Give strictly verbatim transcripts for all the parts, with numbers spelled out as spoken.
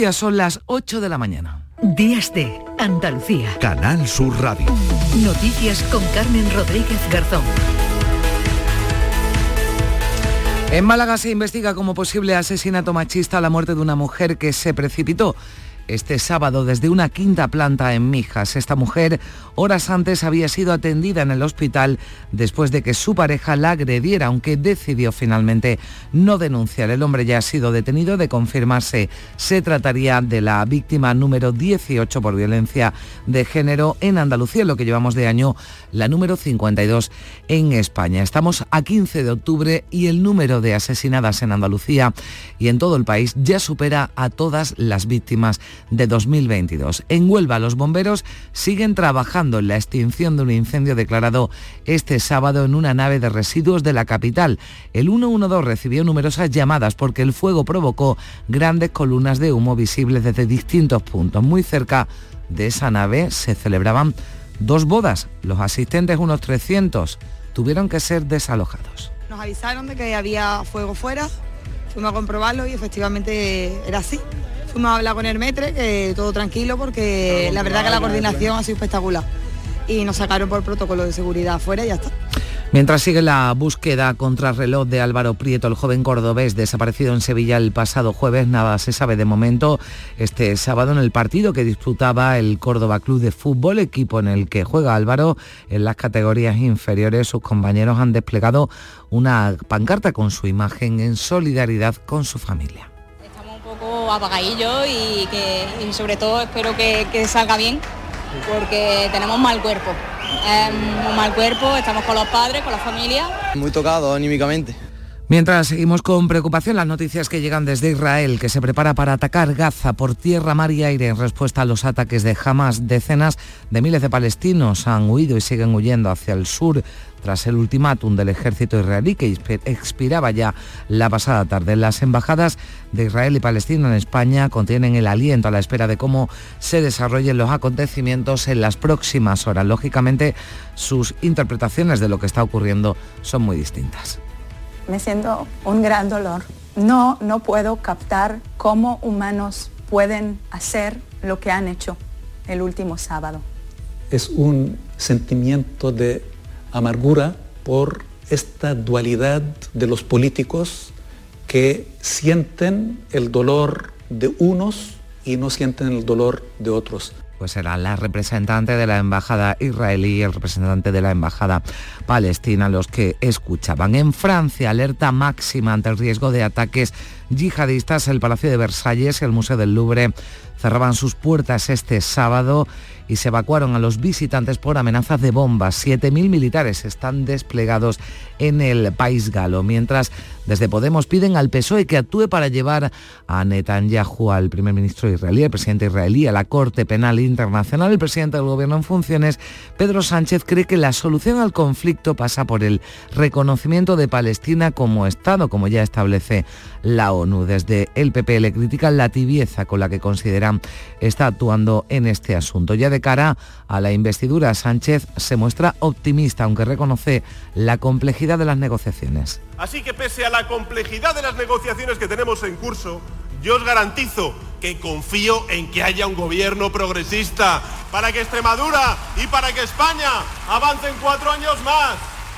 Ya son las ocho de la mañana. Días de Andalucía. Canal Sur Radio. Noticias con Carmen Rodríguez Garzón. En Málaga se investiga como posible asesinato machista la muerte de una mujer que se precipitó este sábado desde una quinta planta en Mijas. Esta mujer, horas antes, había sido atendida en el hospital después de que su pareja la agrediera, aunque decidió finalmente no denunciar. El hombre ya ha sido detenido. De confirmarse, se trataría de la víctima número dieciocho por violencia de género en Andalucía, en lo que llevamos de año, la número cincuenta y dos en España. Estamos a quince de octubre y el número de asesinadas en Andalucía y en todo el país ya supera a todas las víctimas de dos mil veintidós. En Huelva, los bomberos siguen trabajando en la extinción de un incendio declarado este sábado en una nave de residuos de la capital. El ciento doce recibió numerosas llamadas porque el fuego provocó grandes columnas de humo visibles desde distintos puntos. Muy cerca de esa nave se celebraban dos bodas. Los asistentes, unos trescientos, tuvieron que ser desalojados. Nos avisaron de que había fuego fuera, fuimos a comprobarlo y efectivamente era así. Fuimos a hablar con el metre, que todo tranquilo, porque la verdad que la coordinación ha sido espectacular. Y nos sacaron por protocolo de seguridad afuera y ya está. Mientras sigue la búsqueda contrarreloj de Álvaro Prieto, el joven cordobés desaparecido en Sevilla el pasado jueves, nada se sabe de momento. Este sábado, en el partido que disputaba el Córdoba Club de Fútbol, equipo en el que juega Álvaro, en las categorías inferiores, sus compañeros han desplegado una pancarta con su imagen en solidaridad con su familia. Apagadillo y que y sobre todo espero que, que salga bien, porque tenemos mal cuerpo, eh, un mal cuerpo, estamos con los padres, con la familia. Muy tocado anímicamente. Mientras seguimos con preocupación las noticias que llegan desde Israel, que se prepara para atacar Gaza por tierra, mar y aire en respuesta a los ataques de Hamas. Decenas de miles de palestinos han huido y siguen huyendo hacia el sur tras el ultimátum del ejército israelí que expiraba ya la pasada tarde. Las embajadas de Israel y Palestina en España contienen el aliento a la espera de cómo se desarrollen los acontecimientos en las próximas horas. Lógicamente, sus interpretaciones de lo que está ocurriendo son muy distintas. Me siento un gran dolor. No, no puedo captar cómo humanos pueden hacer lo que han hecho el último sábado. Es un sentimiento de amargura por esta dualidad de los políticos que sienten el dolor de unos y no sienten el dolor de otros. Pues era la representante de la embajada israelí y el representante de la embajada palestina los que escuchaban. En Francia, alerta máxima ante el riesgo de ataques yihadistas. El Palacio de Versalles y el Museo del Louvre cerraban sus puertas este sábado y se evacuaron a los visitantes por amenazas de bombas. siete mil militares están desplegados en el país galo, mientras desde Podemos piden al P S O E que actúe para llevar a Netanyahu, al primer ministro israelí, el presidente israelí, a la Corte Penal Internacional. El presidente del Gobierno en funciones, Pedro Sánchez, cree que la solución al conflicto pasa por el reconocimiento de Palestina como Estado, como ya establece la ONU. Desde el P P le critican la tibieza con la que consideran está actuando en este asunto. Ya de cara a la investidura, Sánchez se muestra optimista, aunque reconoce la complejidad de las negociaciones. Así que pese a la complejidad de las negociaciones que tenemos en curso, yo os garantizo que confío en que haya un gobierno progresista para que Extremadura y para que España avancen cuatro años más.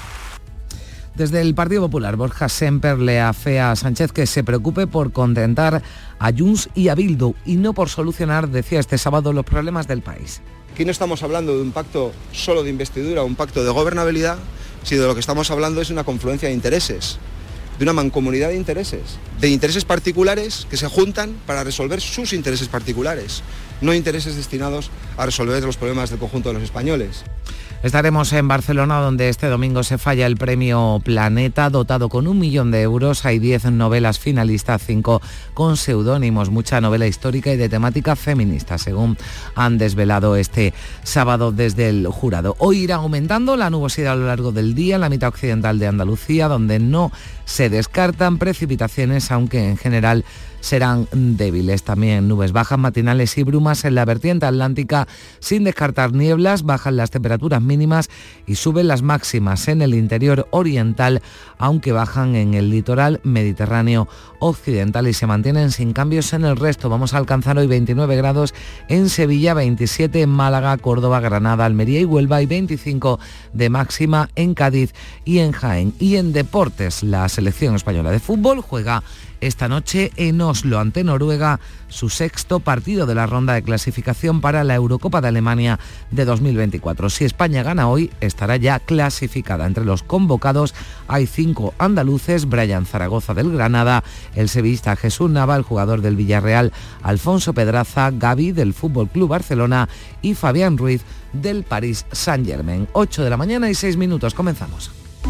Desde el Partido Popular, Borja Semper le afea a Sánchez que se preocupe por contentar a Junts y a Bildu y no por solucionar, decía este sábado, los problemas del país. Aquí no estamos hablando de un pacto solo de investidura, un pacto de gobernabilidad, sino de lo que estamos hablando es una confluencia de intereses, de una mancomunidad de intereses, de intereses particulares que se juntan para resolver sus intereses particulares, no intereses destinados a resolver los problemas del conjunto de los españoles. Estaremos en Barcelona, donde este domingo se falla el premio Planeta, dotado con un millón de euros. Hay diez novelas finalistas, cinco con seudónimos, mucha novela histórica y de temática feminista, según han desvelado este sábado desde el jurado. Hoy irá aumentando la nubosidad a lo largo del día en la mitad occidental de Andalucía, donde no se descartan precipitaciones, aunque en general serán débiles. También nubes bajas matinales y brumas en la vertiente atlántica, sin descartar nieblas. Bajan las temperaturas mínimas y suben las máximas en el interior oriental, aunque bajan en el litoral mediterráneo occidental y se mantienen sin cambios en el resto. Vamos a alcanzar hoy veintinueve grados en Sevilla, veintisiete en Málaga, Córdoba, Granada, Almería y Huelva y veinticinco de máxima en Cádiz y en Jaén. Y en deportes, la selección española de fútbol juega esta noche en Oslo ante Noruega su sexto partido de la ronda de clasificación para la Eurocopa de Alemania de dos mil veinticuatro. Si España gana hoy, estará ya clasificada. Entre los convocados hay cinco andaluces: Brian Zaragoza del Granada, el sevillista Jesús Nava, el jugador del Villarreal Alfonso Pedraza, Gavi del F C Barcelona y Fabián Ruiz del Paris Saint-Germain. ocho de la mañana y seis minutos. Comenzamos.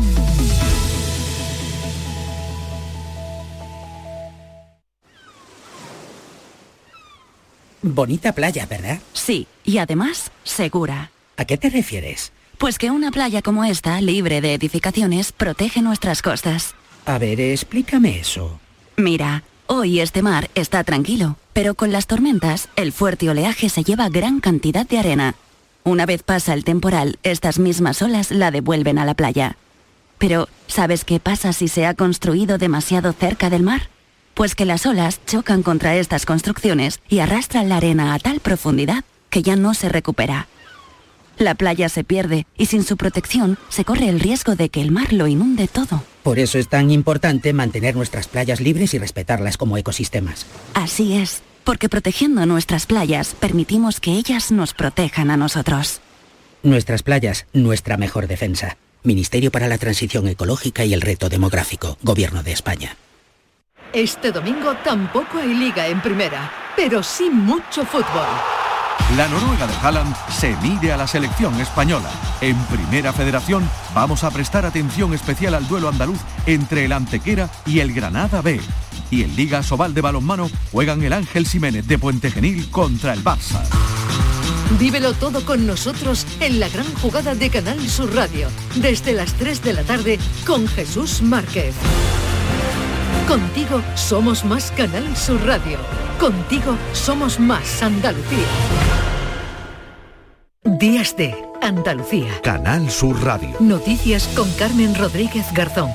Bonita playa, ¿verdad? Sí, y además, segura. ¿A qué te refieres? Pues que una playa como esta, libre de edificaciones, protege nuestras costas. A ver, explícame eso. Mira, hoy este mar está tranquilo, pero con las tormentas, el fuerte oleaje se lleva gran cantidad de arena. Una vez pasa el temporal, estas mismas olas la devuelven a la playa. Pero, ¿sabes qué pasa si se ha construido demasiado cerca del mar? Pues que las olas chocan contra estas construcciones y arrastran la arena a tal profundidad que ya no se recupera. La playa se pierde y sin su protección se corre el riesgo de que el mar lo inunde todo. Por eso es tan importante mantener nuestras playas libres y respetarlas como ecosistemas. Así es, porque protegiendo nuestras playas permitimos que ellas nos protejan a nosotros. Nuestras playas, nuestra mejor defensa. Ministerio para la Transición Ecológica y el Reto Demográfico, Gobierno de España. Este domingo tampoco hay liga en primera, pero sí mucho fútbol. La Noruega de Haaland se mide a la selección española. En Primera Federación vamos a prestar atención especial al duelo andaluz entre el Antequera y el Granada B. Y en Liga Sobal de balonmano juegan el Ángel Ximénez de Puente Genil contra el Barça. Vívelo todo con nosotros en la gran jugada de Canal Sur Radio, desde las tres de la tarde con Jesús Márquez. Contigo somos más Canal Sur Radio. Contigo somos más Andalucía. Días de Andalucía. Canal Sur Radio. Noticias con Carmen Rodríguez Garzón.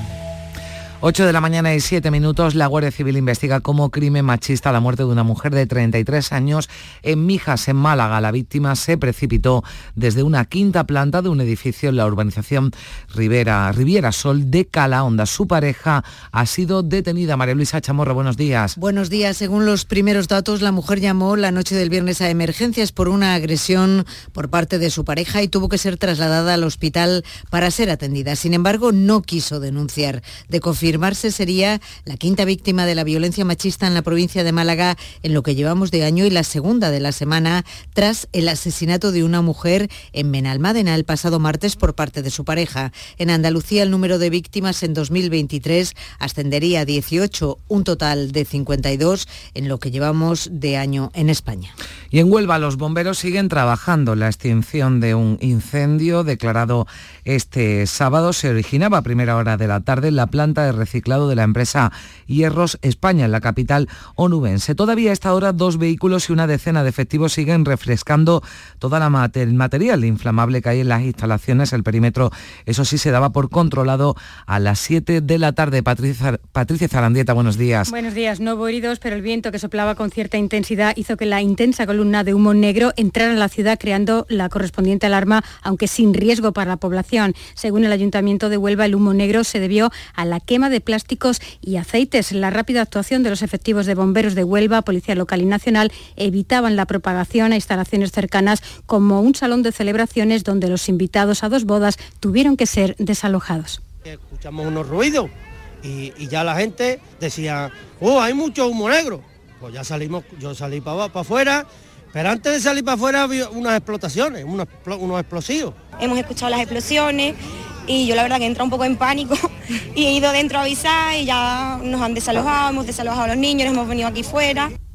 ocho de la mañana y siete minutos, la Guardia Civil investiga como crimen machista la muerte de una mujer de treinta y tres años en Mijas, en Málaga. La víctima se precipitó desde una quinta planta de un edificio en la urbanización Rivera, Riviera Sol de Calahonda. Su pareja ha sido detenida. María Luisa Chamorro, buenos días. Buenos días. Según los primeros datos, la mujer llamó la noche del viernes a emergencias por una agresión por parte de su pareja y tuvo que ser trasladada al hospital para ser atendida. Sin embargo, no quiso denunciar. De confirmarse sería la quinta víctima de la violencia machista en la provincia de Málaga en lo que llevamos de año y la segunda de la semana tras el asesinato de una mujer en Benalmádena el pasado martes por parte de su pareja. En Andalucía el número de víctimas en dos mil veintitrés ascendería a dieciocho, un total de cincuenta y dos en lo que llevamos de año en España. Y en Huelva los bomberos siguen trabajando. La extinción de un incendio declarado este sábado se originaba a primera hora de la tarde en la planta de reciclado de la empresa Hierros España, en la capital onubense. Todavía a esta hora dos vehículos y una decena de efectivos siguen refrescando toda la mater- el material inflamable que hay en las instalaciones. El perímetro, eso sí, se daba por controlado a las siete de la tarde. Patricia, Patricia Zarandieta, buenos días. Buenos días. No hubo heridos, pero el viento que soplaba con cierta intensidad hizo que la intensa columna de humo negro entrara en la ciudad, creando la correspondiente alarma, aunque sin riesgo para la población. Según el Ayuntamiento de Huelva, el humo negro se debió a la quema de plásticos y aceites. La rápida actuación de los efectivos de bomberos de Huelva, Policía Local y Nacional, evitaban la propagación a instalaciones cercanas como un salón de celebraciones donde los invitados a dos bodas tuvieron que ser desalojados. Escuchamos unos ruidos y, y ya la gente decía, oh, hay mucho humo negro. Pues ya salimos, yo salí para afuera, pero antes de salir para afuera había unas explotaciones, unos, unos explosivos. Hemos escuchado las explosiones y yo la verdad que he entrado un poco en pánico y he ido dentro a avisar y ya nos han desalojado, hemos desalojado a los niños, nos hemos venido aquí fuera.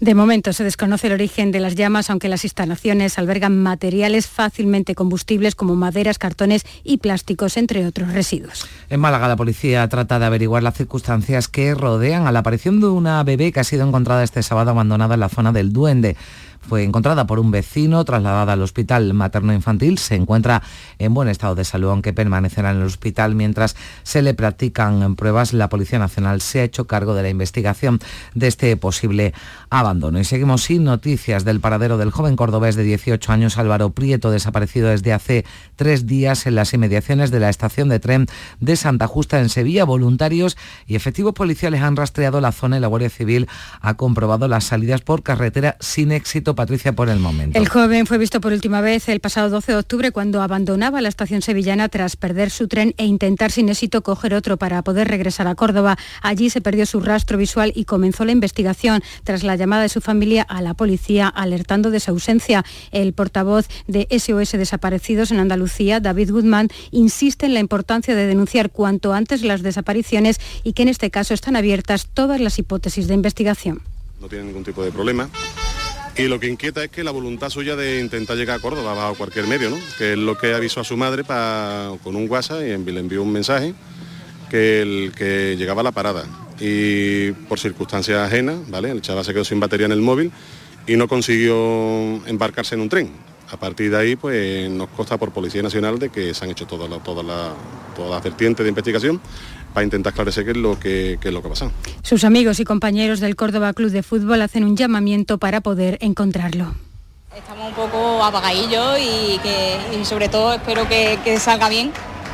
De momento se desconoce el origen de las llamas, aunque las instalaciones albergan materiales fácilmente combustibles como maderas, cartones y plásticos, entre otros residuos. En Málaga, la policía trata de averiguar las circunstancias que rodean a la aparición de una bebé que ha sido encontrada este sábado abandonada en la zona del Duende. Fue encontrada por un vecino, trasladada al hospital materno-infantil. Se encuentra en buen estado de salud, aunque permanecerá en el hospital mientras se le practican pruebas. La Policía Nacional se ha hecho cargo de la investigación de este posible abandono. Y seguimos sin noticias del paradero del joven cordobés de dieciocho años, Álvaro Prieto, desaparecido desde hace tres días en las inmediaciones de la estación de tren de Santa Justa, en Sevilla. Voluntarios y efectivos policiales han rastreado la zona y la Guardia Civil ha comprobado las salidas por carretera sin éxito. Patricia, por el momento. El joven fue visto por última vez el pasado doce de octubre cuando abandonaba la estación sevillana tras perder su tren e intentar sin éxito coger otro para poder regresar a Córdoba. Allí se perdió su rastro visual y comenzó la investigación tras la llamada de su familia a la policía alertando de su ausencia. El portavoz de S O S Desaparecidos en Andalucía, David Guzmán, insiste en la importancia de denunciar cuanto antes las desapariciones y que en este caso están abiertas todas las hipótesis de investigación. No tiene ningún tipo de problema. Y lo que inquieta es que la voluntad suya de intentar llegar a Córdoba bajo cualquier medio, ¿no? Que es lo que avisó a su madre pa, con un WhatsApp y le envió un mensaje que, el, que llegaba a la parada. Y por circunstancias ajenas, ¿vale? El chaval se quedó sin batería en el móvil y no consiguió embarcarse en un tren. A partir de ahí, pues nos consta por Policía Nacional de que se han hecho todas las toda la, toda la vertientes de investigación para intentar esclarecer qué es lo que, qué es lo que ha pasado. Sus amigos y compañeros del Córdoba Club de Fútbol hacen un llamamiento para poder encontrarlo. Estamos un poco apagadillos y, que, y sobre todo espero que, que salga bien,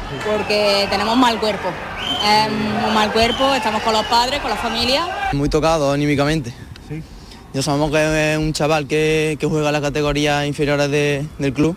porque tenemos mal cuerpo. Eh, un mal cuerpo, estamos con los padres, con la familia. Muy tocado anímicamente. ¿Sí? Ya sabemos que es un chaval que, que juega en las categorías inferiores de, del club.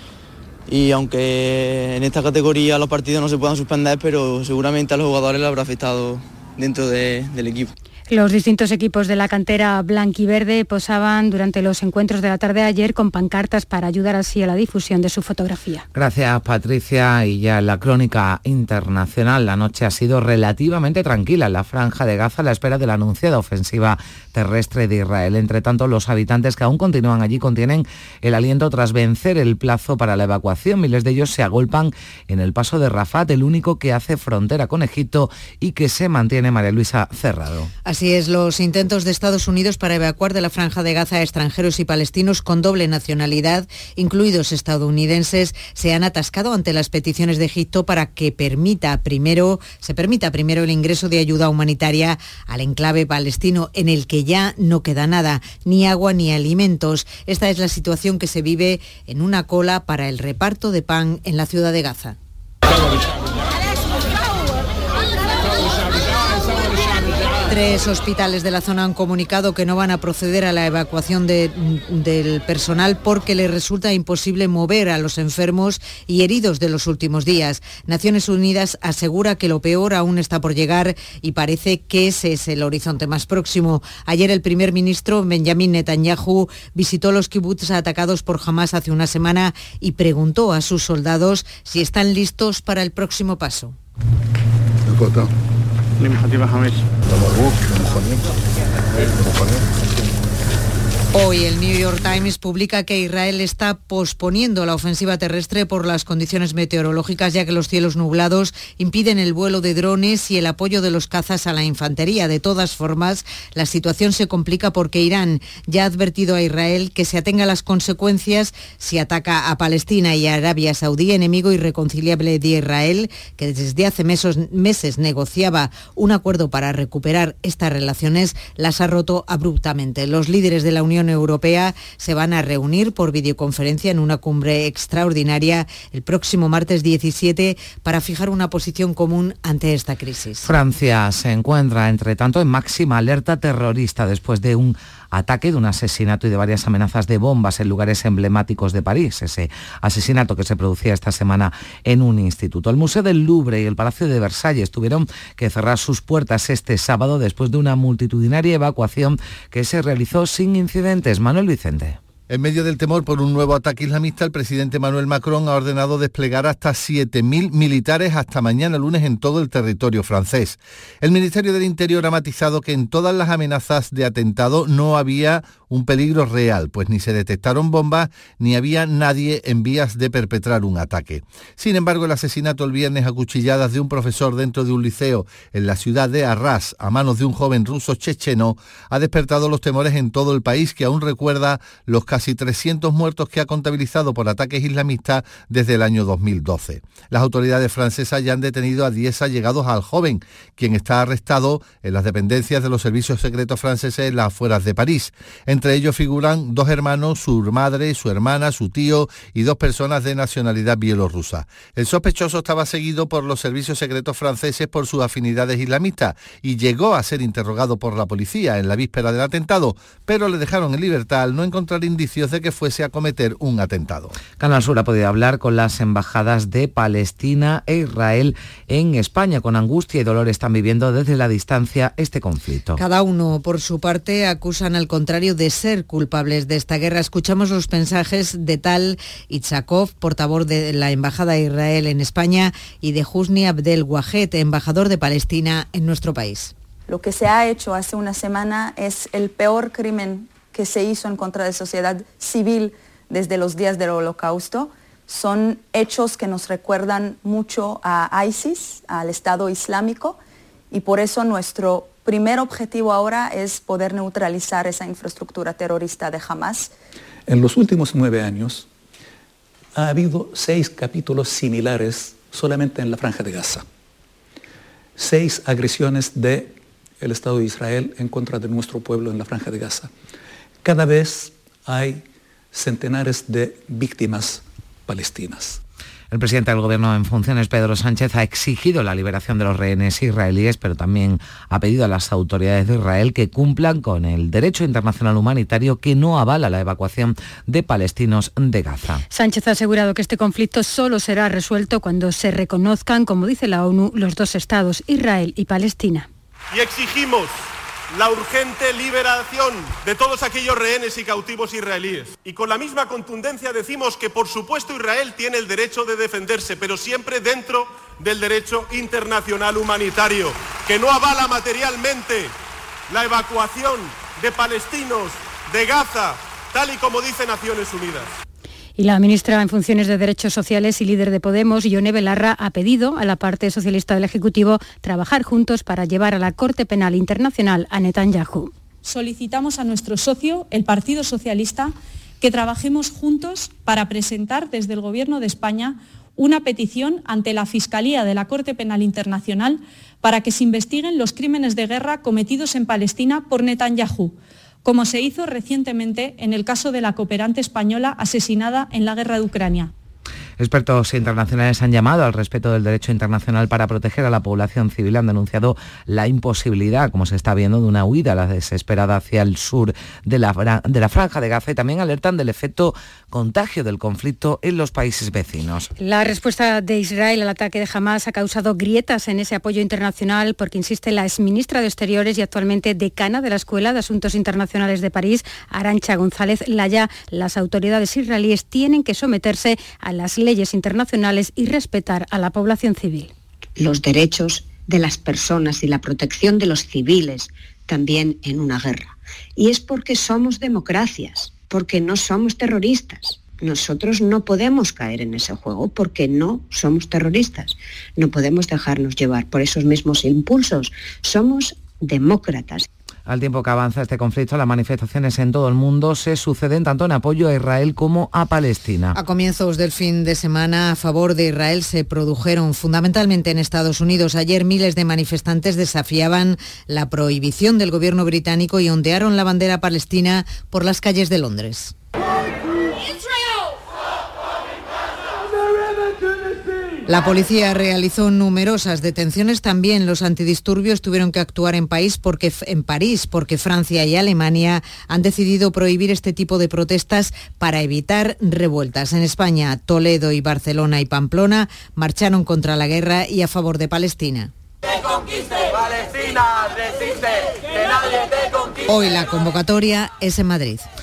Y aunque en esta categoría los partidos no se puedan suspender, pero seguramente a los jugadores les habrá afectado dentro de, del equipo. Los distintos equipos de la cantera blanquiverde posaban durante los encuentros de la tarde de ayer con pancartas para ayudar así a la difusión de su fotografía. Gracias, Patricia. Y ya en la crónica internacional, la noche ha sido relativamente tranquila en la Franja de Gaza a la espera de la anunciada ofensiva terrestre de Israel. Entre tanto, los habitantes que aún continúan allí contienen el aliento tras vencer el plazo para la evacuación. Miles de ellos se agolpan en el paso de Rafat, el único que hace frontera con Egipto y que se mantiene, María Luisa, cerrado. Así es, los intentos de Estados Unidos para evacuar de la Franja de Gaza a extranjeros y palestinos con doble nacionalidad, incluidos estadounidenses, se han atascado ante las peticiones de Egipto para que permita primero, se permita primero el ingreso de ayuda humanitaria al enclave palestino, en el que ya no queda nada, ni agua ni alimentos. Esta es la situación que se vive en una cola para el reparto de pan en la ciudad de Gaza. Tres hospitales de la zona han comunicado que no van a proceder a la evacuación de, del personal porque les resulta imposible mover a los enfermos y heridos de los últimos días. Naciones Unidas asegura que lo peor aún está por llegar y parece que ese es el horizonte más próximo. Ayer el primer ministro Benjamin Netanyahu visitó los kibbutz atacados por Hamás hace una semana y preguntó a sus soldados si están listos para el próximo paso. Hoy el New York Times publica que Israel está posponiendo la ofensiva terrestre por las condiciones meteorológicas, ya que los cielos nublados impiden el vuelo de drones y el apoyo de los cazas a la infantería. De todas formas, la situación se complica porque Irán ya ha advertido a Israel que se atenga a las consecuencias si ataca a Palestina y a Arabia Saudí, enemigo irreconciliable de Israel, que desde hace meses, meses negociaba un acuerdo para recuperar estas relaciones, las ha roto abruptamente. Los líderes de la Unión Europea se van a reunir por videoconferencia en una cumbre extraordinaria el próximo martes diecisiete para fijar una posición común ante esta crisis. Francia se encuentra, entre tanto, en máxima alerta terrorista después de un ataque, de un asesinato y de varias amenazas de bombas en lugares emblemáticos de París. Ese asesinato que se producía esta semana en un instituto. El Museo del Louvre y el Palacio de Versalles tuvieron que cerrar sus puertas este sábado después de una multitudinaria evacuación que se realizó sin incidentes. Manuel Vicente. En medio del temor por un nuevo ataque islamista, el presidente Emmanuel Macron ha ordenado desplegar hasta siete mil militares hasta mañana lunes en todo el territorio francés. El Ministerio del Interior ha matizado que en todas las amenazas de atentado no había un peligro real, pues ni se detectaron bombas ni había nadie en vías de perpetrar un ataque. Sin embargo, el asesinato el viernes a cuchilladas de un profesor dentro de un liceo en la ciudad de Arras a manos de un joven ruso checheno ha despertado los temores en todo el país, que aún recuerda los casi casi trescientos muertos que ha contabilizado por ataques islamistas desde el año dos mil doce. Las autoridades francesas ya han detenido a diez allegados al joven, quien está arrestado en las dependencias de los servicios secretos franceses en las afueras de París. Entre ellos figuran dos hermanos, su madre, su hermana, su tío y dos personas de nacionalidad bielorrusa. El sospechoso estaba seguido por los servicios secretos franceses por sus afinidades islamistas y llegó a ser interrogado por la policía en la víspera del atentado, pero le dejaron en libertad al no encontrar indicios de que fuese a cometer un atentado. Canal Sur ha podido hablar con las embajadas de Palestina e Israel en España. Con angustia y dolor están viviendo desde la distancia este conflicto. Cada uno, por su parte, acusan al contrario de ser culpables de esta guerra. Escuchamos los mensajes de Tal Itzhakov, portavoz de la Embajada de Israel en España, y de Husni Abdel Wahed, embajador de Palestina en nuestro país. Lo que se ha hecho hace una semana es el peor crimen que se hizo en contra de la sociedad civil desde los días del Holocausto. Son hechos que nos recuerdan mucho a ISIS, al Estado Islámico, y por eso nuestro primer objetivo ahora es poder neutralizar esa infraestructura terrorista de Hamás. En los últimos nueve años ha habido seis capítulos similares solamente en la Franja de Gaza. Seis agresiones del Estado de Israel en contra de nuestro pueblo en la Franja de Gaza. Cada vez hay centenares de víctimas palestinas. El presidente del Gobierno en funciones, Pedro Sánchez, ha exigido la liberación de los rehenes israelíes, pero también ha pedido a las autoridades de Israel que cumplan con el derecho internacional humanitario que no avala la evacuación de palestinos de Gaza. Sánchez ha asegurado que este conflicto solo será resuelto cuando se reconozcan, como dice la ONU, los dos estados, Israel y Palestina. Y exigimos la urgente liberación de todos aquellos rehenes y cautivos israelíes. Y con la misma contundencia decimos que, por supuesto, Israel tiene el derecho de defenderse, pero siempre dentro del derecho internacional humanitario, que no avala materialmente la evacuación de palestinos de Gaza, tal y como dice Naciones Unidas. Y la ministra en funciones de Derechos Sociales y líder de Podemos, Ione Belarra, ha pedido a la parte socialista del Ejecutivo trabajar juntos para llevar a la Corte Penal Internacional a Netanyahu. Solicitamos a nuestro socio, el Partido Socialista, que trabajemos juntos para presentar desde el Gobierno de España una petición ante la Fiscalía de la Corte Penal Internacional para que se investiguen los crímenes de guerra cometidos en Palestina por Netanyahu, como se hizo recientemente en el caso de la cooperante española asesinada en la guerra de Ucrania. Expertos internacionales han llamado al respeto del derecho internacional para proteger a la población civil. Han denunciado la imposibilidad, como se está viendo, de una huida a la desesperada hacia el sur de la, de la Franja de Gaza, y también alertan del efecto contagio del conflicto en los países vecinos. La respuesta de Israel al ataque de Hamás ha causado grietas en ese apoyo internacional porque, insiste la exministra de Exteriores y actualmente decana de la Escuela de Asuntos Internacionales de París, Arantxa González Laya, las autoridades israelíes tienen que someterse a las leyes internacionales y respetar a la población civil. Los derechos de las personas y la protección de los civiles también en una guerra. Y es porque somos democracias, porque no somos terroristas. Nosotros no podemos caer en ese juego porque no somos terroristas. No podemos dejarnos llevar por esos mismos impulsos. Somos demócratas. Al tiempo que avanza este conflicto, las manifestaciones en todo el mundo se suceden tanto en apoyo a Israel como a Palestina. A comienzos del fin de semana a favor de Israel se produjeron fundamentalmente en Estados Unidos. Ayer miles de manifestantes desafiaban la prohibición del gobierno británico y ondearon la bandera palestina por las calles de Londres. La policía realizó numerosas detenciones. También los antidisturbios tuvieron que actuar en, país porque, en París porque Francia y Alemania han decidido prohibir este tipo de protestas para evitar revueltas. En España, Toledo y Barcelona y Pamplona marcharon contra la guerra y a favor de Palestina. ¡Que conquiste! ¡Palestina resiste! ¡Que nadie te conquiste! Hoy la convocatoria es en Madrid.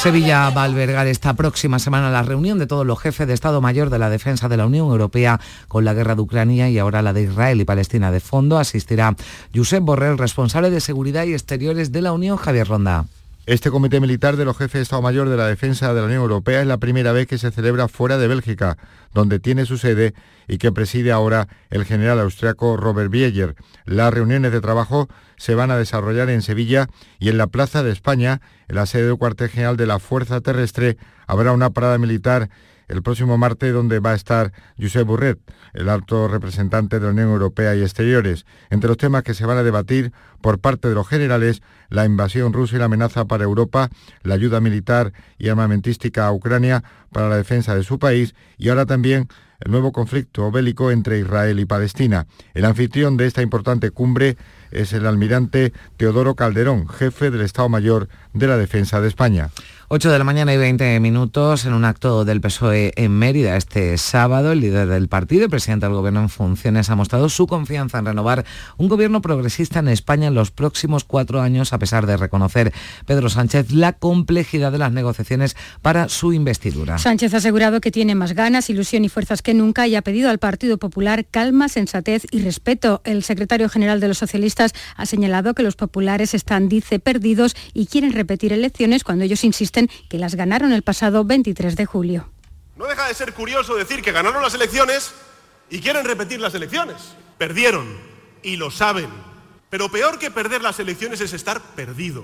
Sevilla va a albergar esta próxima semana la reunión de todos los jefes de Estado Mayor de la Defensa de la Unión Europea con la guerra de Ucrania y ahora la de Israel y Palestina de fondo. Asistirá Josep Borrell, responsable de Seguridad y Exteriores de la Unión. Javier Ronda. Este comité militar de los jefes de Estado Mayor de la Defensa de la Unión Europea es la primera vez que se celebra fuera de Bélgica, donde tiene su sede y que preside ahora el general austriaco Robert Bieger. Las reuniones de trabajo se van a desarrollar en Sevilla y en la Plaza de España, en la sede del cuartel general de la Fuerza Terrestre, habrá una parada militar el próximo martes donde va a estar Josep Borrell, el alto representante de la Unión Europea y Exteriores. Entre los temas que se van a debatir por parte de los generales, la invasión rusa y la amenaza para Europa, la ayuda militar y armamentística a Ucrania para la defensa de su país y ahora también el nuevo conflicto bélico entre Israel y Palestina. El anfitrión de esta importante cumbre es el almirante Teodoro Calderón, jefe del Estado Mayor de la Defensa de España. ocho de la mañana y veinte minutos, en un acto del P S O E en Mérida este sábado, el líder del partido, el presidente del Gobierno en funciones, ha mostrado su confianza en renovar un gobierno progresista en España en los próximos cuatro años, a pesar de reconocer Pedro Sánchez la complejidad de las negociaciones para su investidura. Sánchez ha asegurado que tiene más ganas, ilusión y fuerzas que nunca y ha pedido al Partido Popular calma, sensatez y respeto. El secretario general de los socialistas ha señalado que los populares están, dice, perdidos y quieren repetir elecciones cuando ellos insisten que las ganaron el pasado veintitrés de julio. No deja de ser curioso decir que ganaron las elecciones y quieren repetir las elecciones. Perdieron y lo saben. Pero peor que perder las elecciones es estar perdido.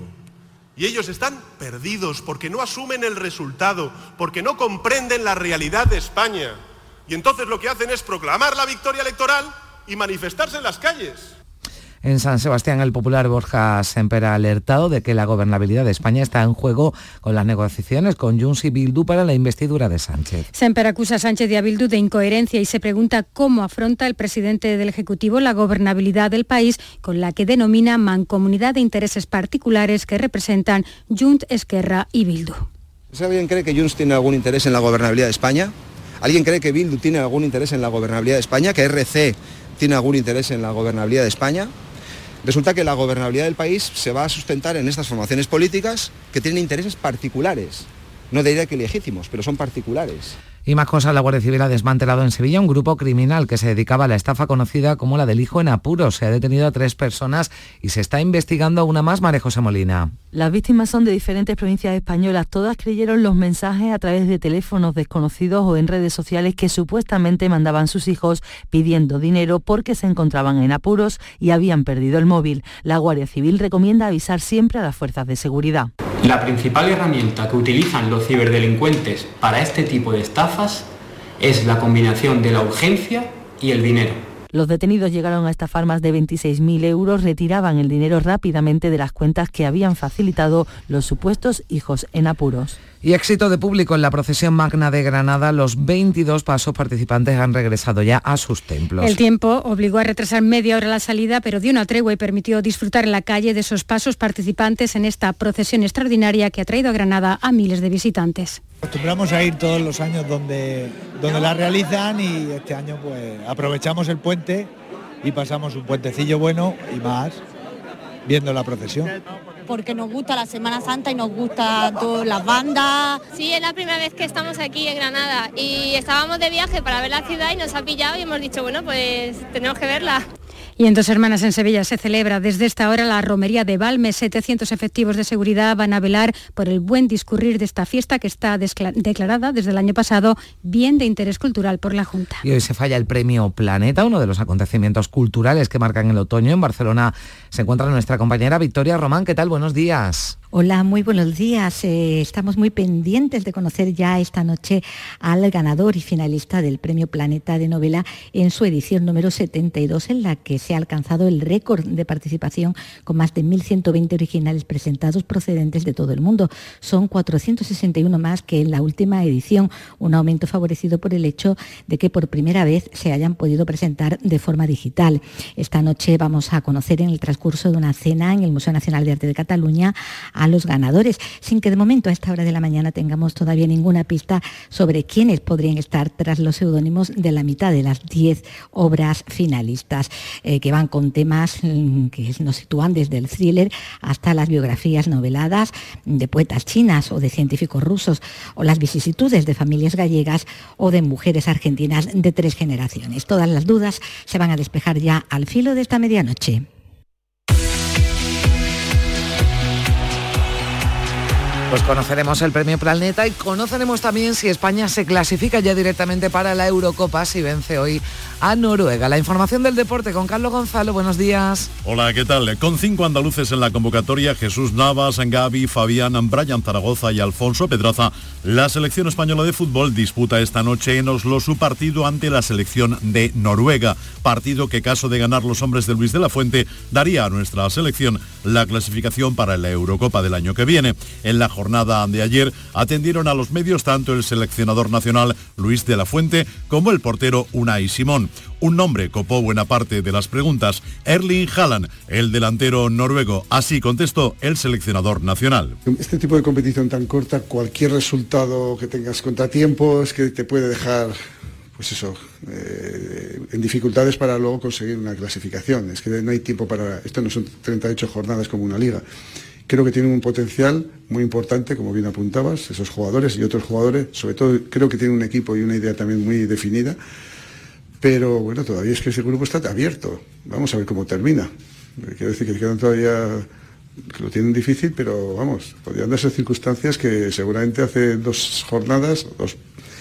Y ellos están perdidos porque no asumen el resultado, porque no comprenden la realidad de España. Y entonces lo que hacen es proclamar la victoria electoral y manifestarse en las calles. En San Sebastián, el popular Borja Semper ha alertado de que la gobernabilidad de España está en juego con las negociaciones con Junts y Bildu para la investidura de Sánchez. Semper acusa a Sánchez y a Bildu de incoherencia y se pregunta cómo afronta el presidente del Ejecutivo la gobernabilidad del país con la que denomina mancomunidad de intereses particulares que representan Junts, Esquerra y Bildu. ¿Alguien cree que Junts tiene algún interés en la gobernabilidad de España? ¿Alguien cree que Bildu tiene algún interés en la gobernabilidad de España? ¿Que R C tiene algún interés en la gobernabilidad de España? Resulta que la gobernabilidad del país se va a sustentar en estas formaciones políticas que tienen intereses particulares. No diría que legítimos, pero son particulares. Y más cosas, la Guardia Civil ha desmantelado en Sevilla un grupo criminal que se dedicaba a la estafa conocida como la del hijo en apuros. Se ha detenido a tres personas y se está investigando a una más. María José Molina. Las víctimas son de diferentes provincias españolas. Todas creyeron los mensajes a través de teléfonos desconocidos o en redes sociales que supuestamente mandaban sus hijos pidiendo dinero porque se encontraban en apuros y habían perdido el móvil. La Guardia Civil recomienda avisar siempre a las fuerzas de seguridad. La principal herramienta que utilizan los ciberdelincuentes para este tipo de estafas es la combinación de la urgencia y el dinero. Los detenidos llegaron a estafar más de veintiséis mil euros, retiraban el dinero rápidamente de las cuentas que habían facilitado los supuestos hijos en apuros. Y éxito de público en la procesión magna de Granada, los veintidós pasos participantes han regresado ya a sus templos. El tiempo obligó a retrasar media hora la salida, pero dio una tregua y permitió disfrutar en la calle de esos pasos participantes en esta procesión extraordinaria que ha traído a Granada a miles de visitantes. Acostumbramos a ir todos los años donde, donde la realizan y este año pues aprovechamos el puente y pasamos un puentecillo bueno y más viendo la procesión. Porque nos gusta la Semana Santa y nos gusta todas las bandas. Sí, es la primera vez que estamos aquí en Granada y estábamos de viaje para ver la ciudad y nos ha pillado y hemos dicho, bueno, pues tenemos que verla. Y en Dos Hermanas, en Sevilla, se celebra desde esta hora la romería de Balmes. setecientos efectivos de seguridad van a velar por el buen discurrir de esta fiesta que está declarada desde el año pasado bien de interés cultural por la Junta. Y hoy se falla el premio Planeta, uno de los acontecimientos culturales que marcan el otoño. En Barcelona se encuentra nuestra compañera Victoria Román. ¿Qué tal? Buenos días. Hola, muy buenos días. Eh, estamos muy pendientes de conocer ya esta noche al ganador y finalista del Premio Planeta de Novela en su edición número setenta y dos, en la que se ha alcanzado el récord de participación con más de mil ciento veinte originales presentados procedentes de todo el mundo. Son cuatrocientos sesenta y uno más que en la última edición, un aumento favorecido por el hecho de que por primera vez se hayan podido presentar de forma digital. Esta noche vamos a conocer en el transcurso de una cena en el Museo Nacional de Arte de Cataluña a a los ganadores, sin que de momento a esta hora de la mañana tengamos todavía ninguna pista sobre quiénes podrían estar tras los seudónimos de la mitad de las diez obras finalistas, eh, que van con temas mm, que nos sitúan desde el thriller hasta las biografías noveladas de poetas chinas o de científicos rusos, o las vicisitudes de familias gallegas o de mujeres argentinas de tres generaciones. Todas las dudas se van a despejar ya al filo de esta medianoche. Pues conoceremos el Premio Planeta y conoceremos también si España se clasifica ya directamente para la Eurocopa si vence hoy a Noruega. La información del deporte con Carlos Gonzalo. Buenos días. Hola, ¿qué tal? Con cinco andaluces en la convocatoria, Jesús Navas, Gavi, Fabián, Brian Zaragoza y Alfonso Pedraza, la selección española de fútbol disputa esta noche en Oslo su partido ante la selección de Noruega. Partido que, caso de ganar los hombres de Luis de la Fuente, daría a nuestra selección la clasificación para la Eurocopa del año que viene. En la jornada de ayer atendieron a los medios tanto el seleccionador nacional Luis de la Fuente como el portero Unai Simón. Un nombre copó buena parte de las preguntas: Erling Haaland, el delantero noruego. Así contestó el seleccionador nacional. Este tipo de competición tan corta, cualquier resultado que tengas contratiempos que te puede dejar, pues eso, eh, en dificultades para luego conseguir una clasificación. Es que no hay tiempo para... Esto no son treinta y ocho jornadas como una liga. Creo que tienen un potencial muy importante, como bien apuntabas, esos jugadores y otros jugadores. Sobre todo creo que tienen un equipo y una idea también muy definida. Pero bueno, todavía es que ese grupo está abierto. Vamos a ver cómo termina. Quiero decir que quedan todavía, que lo tienen difícil, pero vamos, podrían darse circunstancias que seguramente hace dos jornadas, dos,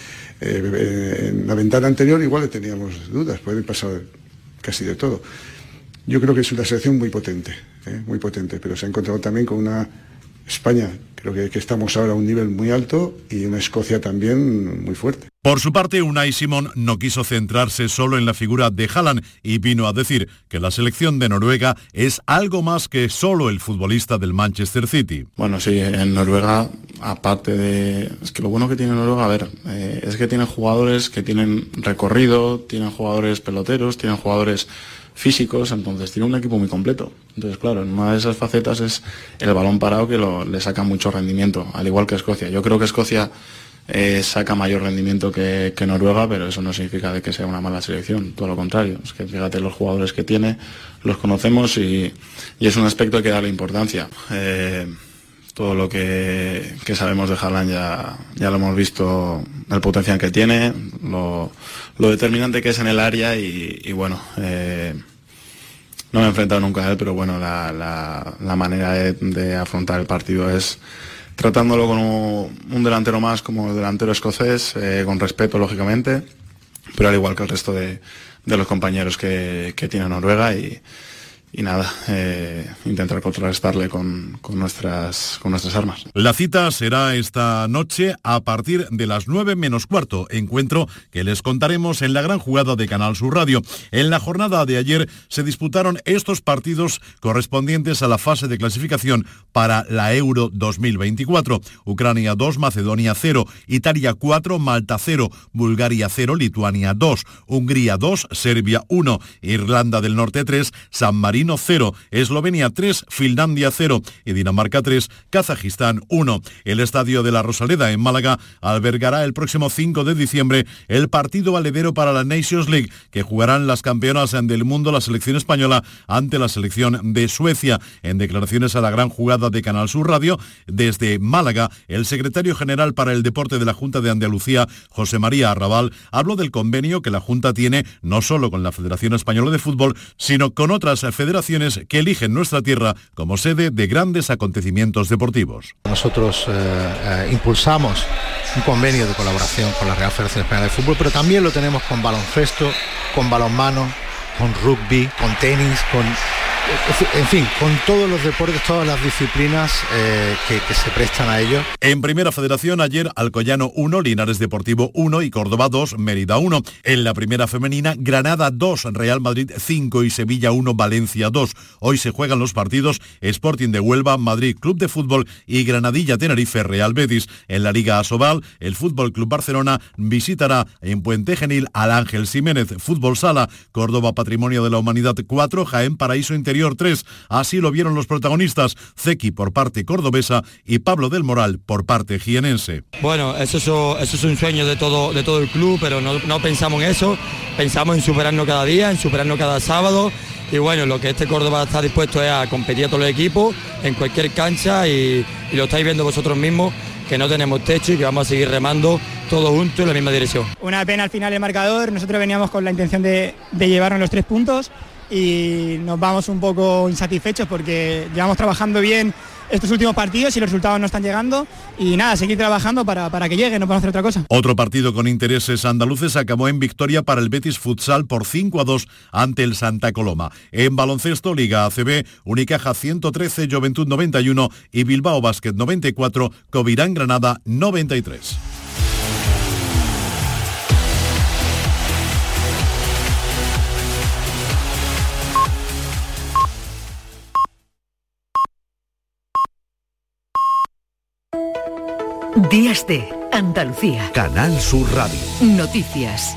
eh, en la ventana anterior igual le teníamos dudas, puede pasar casi de todo. Yo creo que es una selección muy potente, ¿eh? muy potente, pero se ha encontrado también con una España, creo que, que estamos ahora a un nivel muy alto, y una Escocia también muy fuerte. Por su parte, Unai Simón no quiso centrarse solo en la figura de Haaland y vino a decir que la selección de Noruega es algo más que solo el futbolista del Manchester City. Bueno, sí, en Noruega, aparte de... Es que lo bueno que tiene Noruega, a ver, eh, es que tienen jugadores que tienen recorrido, tienen jugadores peloteros, tienen jugadores físicos, entonces tiene un equipo muy completo. Entonces, claro, en una de esas facetas es el balón parado, que lo, le saca mucho rendimiento, al igual que Escocia. Yo creo que Escocia eh, saca mayor rendimiento que, que Noruega, pero eso no significa de que sea una mala selección, todo lo contrario. Es que fíjate los jugadores que tiene, los conocemos y, y es un aspecto que hay que darle importancia. Eh, todo lo que, que sabemos de Haaland ya, ya lo hemos visto, el potencial que tiene, lo, lo determinante que es en el área y, y bueno, eh, no me he enfrentado nunca a él, pero bueno, la, la, la manera de, de afrontar el partido es tratándolo como un delantero más, como el delantero escocés, eh, con respeto lógicamente, pero al igual que el resto de, de los compañeros que, que tiene Noruega y Y nada, eh, intentar contrarrestarle con, con, nuestras, con nuestras armas. La cita será esta noche a partir de las nueve menos cuarto, encuentro que les contaremos en la gran jugada de Canal Sur Radio. En la jornada de ayer se disputaron estos partidos correspondientes a la fase de clasificación para la Euro dos mil veinticuatro. Ucrania dos, Macedonia cero, Italia cuatro, Malta cero, Bulgaria cero, Lituania dos, Hungría dos, Serbia uno, Irlanda del Norte tres, San Marino cero, Eslovenia tres, Finlandia cero y Dinamarca tres, Kazajistán uno. El Estadio de la Rosaleda en Málaga albergará el próximo cinco de diciembre el partido valedero para la Nations League, que jugarán las campeonas del mundo, la selección española, ante la selección de Suecia. En declaraciones a la gran jugada de Canal Sur Radio, desde Málaga, el secretario general para el deporte de la Junta de Andalucía, José María Arrabal, habló del convenio que la Junta tiene no solo con la Federación Española de Fútbol, sino con otras federaciones que eligen nuestra tierra como sede de grandes acontecimientos deportivos. Nosotros eh, eh, impulsamos un convenio de colaboración con la Real Federación Española de Fútbol, pero también lo tenemos con baloncesto, con balonmano, con rugby, con tenis, con... En fin, con todos los deportes, todas las disciplinas eh, que, que se prestan a ello. En Primera Federación, ayer Alcoyano uno, Linares Deportivo uno y Córdoba dos, Mérida uno. En la Primera Femenina, Granada dos, Real Madrid cinco y Sevilla uno, Valencia dos. Hoy se juegan los partidos Sporting de Huelva, Madrid Club de Fútbol y Granadilla Tenerife, Real Betis. En la Liga Asobal, el Fútbol Club Barcelona visitará en Puente Genil al Ángel Jiménez Fútbol Sala, Córdoba Patrimonio de la Humanidad cuatro, Jaén Paraíso Interior Interior tres. Así lo vieron los protagonistas, Zeki por parte cordobesa y Pablo del Moral por parte jienense. Bueno, eso es, eso es un sueño de todo, de todo el club, pero no, no pensamos en eso, pensamos en superarnos cada día, en superarnos cada sábado. Y bueno, lo que este Córdoba está dispuesto es a competir a todos los equipos, en cualquier cancha, y, y lo estáis viendo vosotros mismos, que no tenemos techo y que vamos a seguir remando todos juntos en la misma dirección. Una pena al final el marcador, nosotros veníamos con la intención de, de llevarnos los tres puntos y nos vamos un poco insatisfechos porque llevamos trabajando bien estos últimos partidos y los resultados no están llegando, y nada, seguir trabajando para, para que llegue, no podemos hacer otra cosa. Otro partido con intereses andaluces acabó en victoria para el Betis Futsal por cinco a dos ante el Santa Coloma. En baloncesto, Liga A C B, Unicaja ciento trece, Juventud noventa y uno y Bilbao Basket noventa y cuatro, Covirán Granada noventa y tres. Días de Andalucía. Canal Sur Radio. Noticias.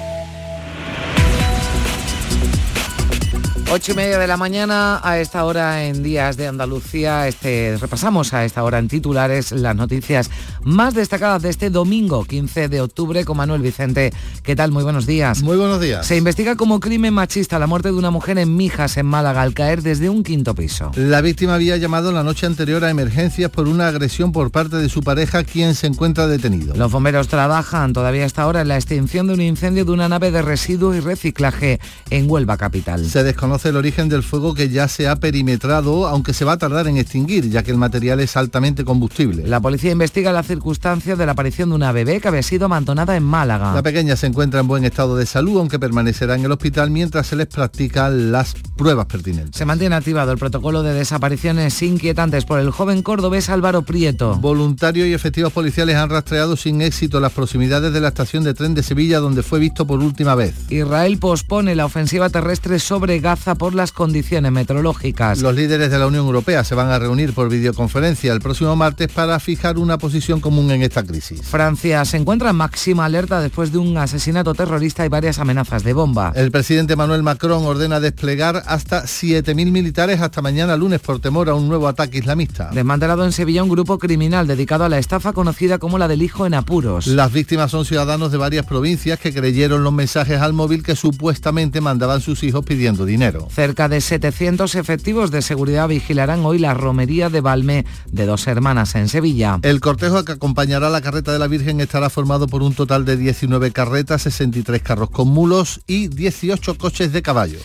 Ocho y media de la mañana, a esta hora en Días de Andalucía. Este, repasamos a esta hora en titulares las noticias más destacadas de este domingo quince de octubre con Manuel Vicente. ¿Qué tal? Muy buenos días. Muy buenos días. Se investiga como crimen machista la muerte de una mujer en Mijas, en Málaga, al caer desde un quinto piso. La víctima había llamado la noche anterior a emergencias por una agresión por parte de su pareja, quien se encuentra detenido. Los bomberos trabajan todavía a esta hora en la extinción de un incendio de una nave de residuos y reciclaje en Huelva capital. Se desconoce el origen del fuego, que ya se ha perimetrado, aunque se va a tardar en extinguir, ya que el material es altamente combustible. La policía investiga las circunstancias de la aparición de una bebé que había sido amantonada en Málaga. La pequeña se encuentra en buen estado de salud, aunque permanecerá en el hospital mientras se les practican las pruebas pertinentes. Se mantiene activado el protocolo de desapariciones inquietantes por el joven cordobés Álvaro Prieto. Voluntarios y efectivos policiales han rastreado sin éxito las proximidades de la estación de tren de Sevilla, donde fue visto por última vez. Israel pospone la ofensiva terrestre sobre Gaza por las condiciones meteorológicas. Los líderes de la Unión Europea se van a reunir por videoconferencia el próximo martes para fijar una posición común en esta crisis. Francia se encuentra en máxima alerta después de un asesinato terrorista y varias amenazas de bomba. El presidente Emmanuel Macron ordena desplegar hasta siete mil militares hasta mañana lunes por temor a un nuevo ataque islamista. Desmantelado en Sevilla un grupo criminal dedicado a la estafa conocida como la del hijo en apuros. Las víctimas son ciudadanos de varias provincias que creyeron los mensajes al móvil que supuestamente mandaban sus hijos pidiendo dinero. Cerca de setecientos efectivos de seguridad vigilarán hoy la romería de Valme de Dos Hermanas en Sevilla. El cortejo que acompañará la carreta de la Virgen estará formado por un total de diecinueve carretas, sesenta y tres carros con mulos y dieciocho coches de caballo.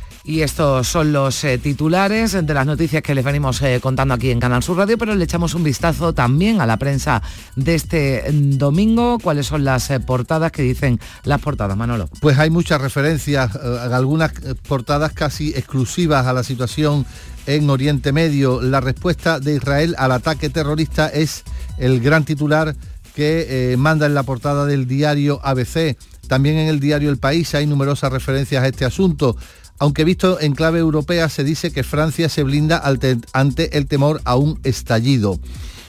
Y estos son los eh, titulares de las noticias que les venimos eh, contando aquí en Canal Sur Radio, pero le echamos un vistazo también a la prensa de este domingo. ¿Cuáles son las eh, portadas que dicen las portadas, Manolo? Pues hay muchas referencias, eh, algunas portadas casi exclusivas a la situación en Oriente Medio. La respuesta de Israel al ataque terrorista es el gran titular que eh, manda en la portada del diario A B C. También en el diario El País hay numerosas referencias a este asunto. Aunque visto en clave europea, se dice que Francia se blinda ante el temor a un estallido.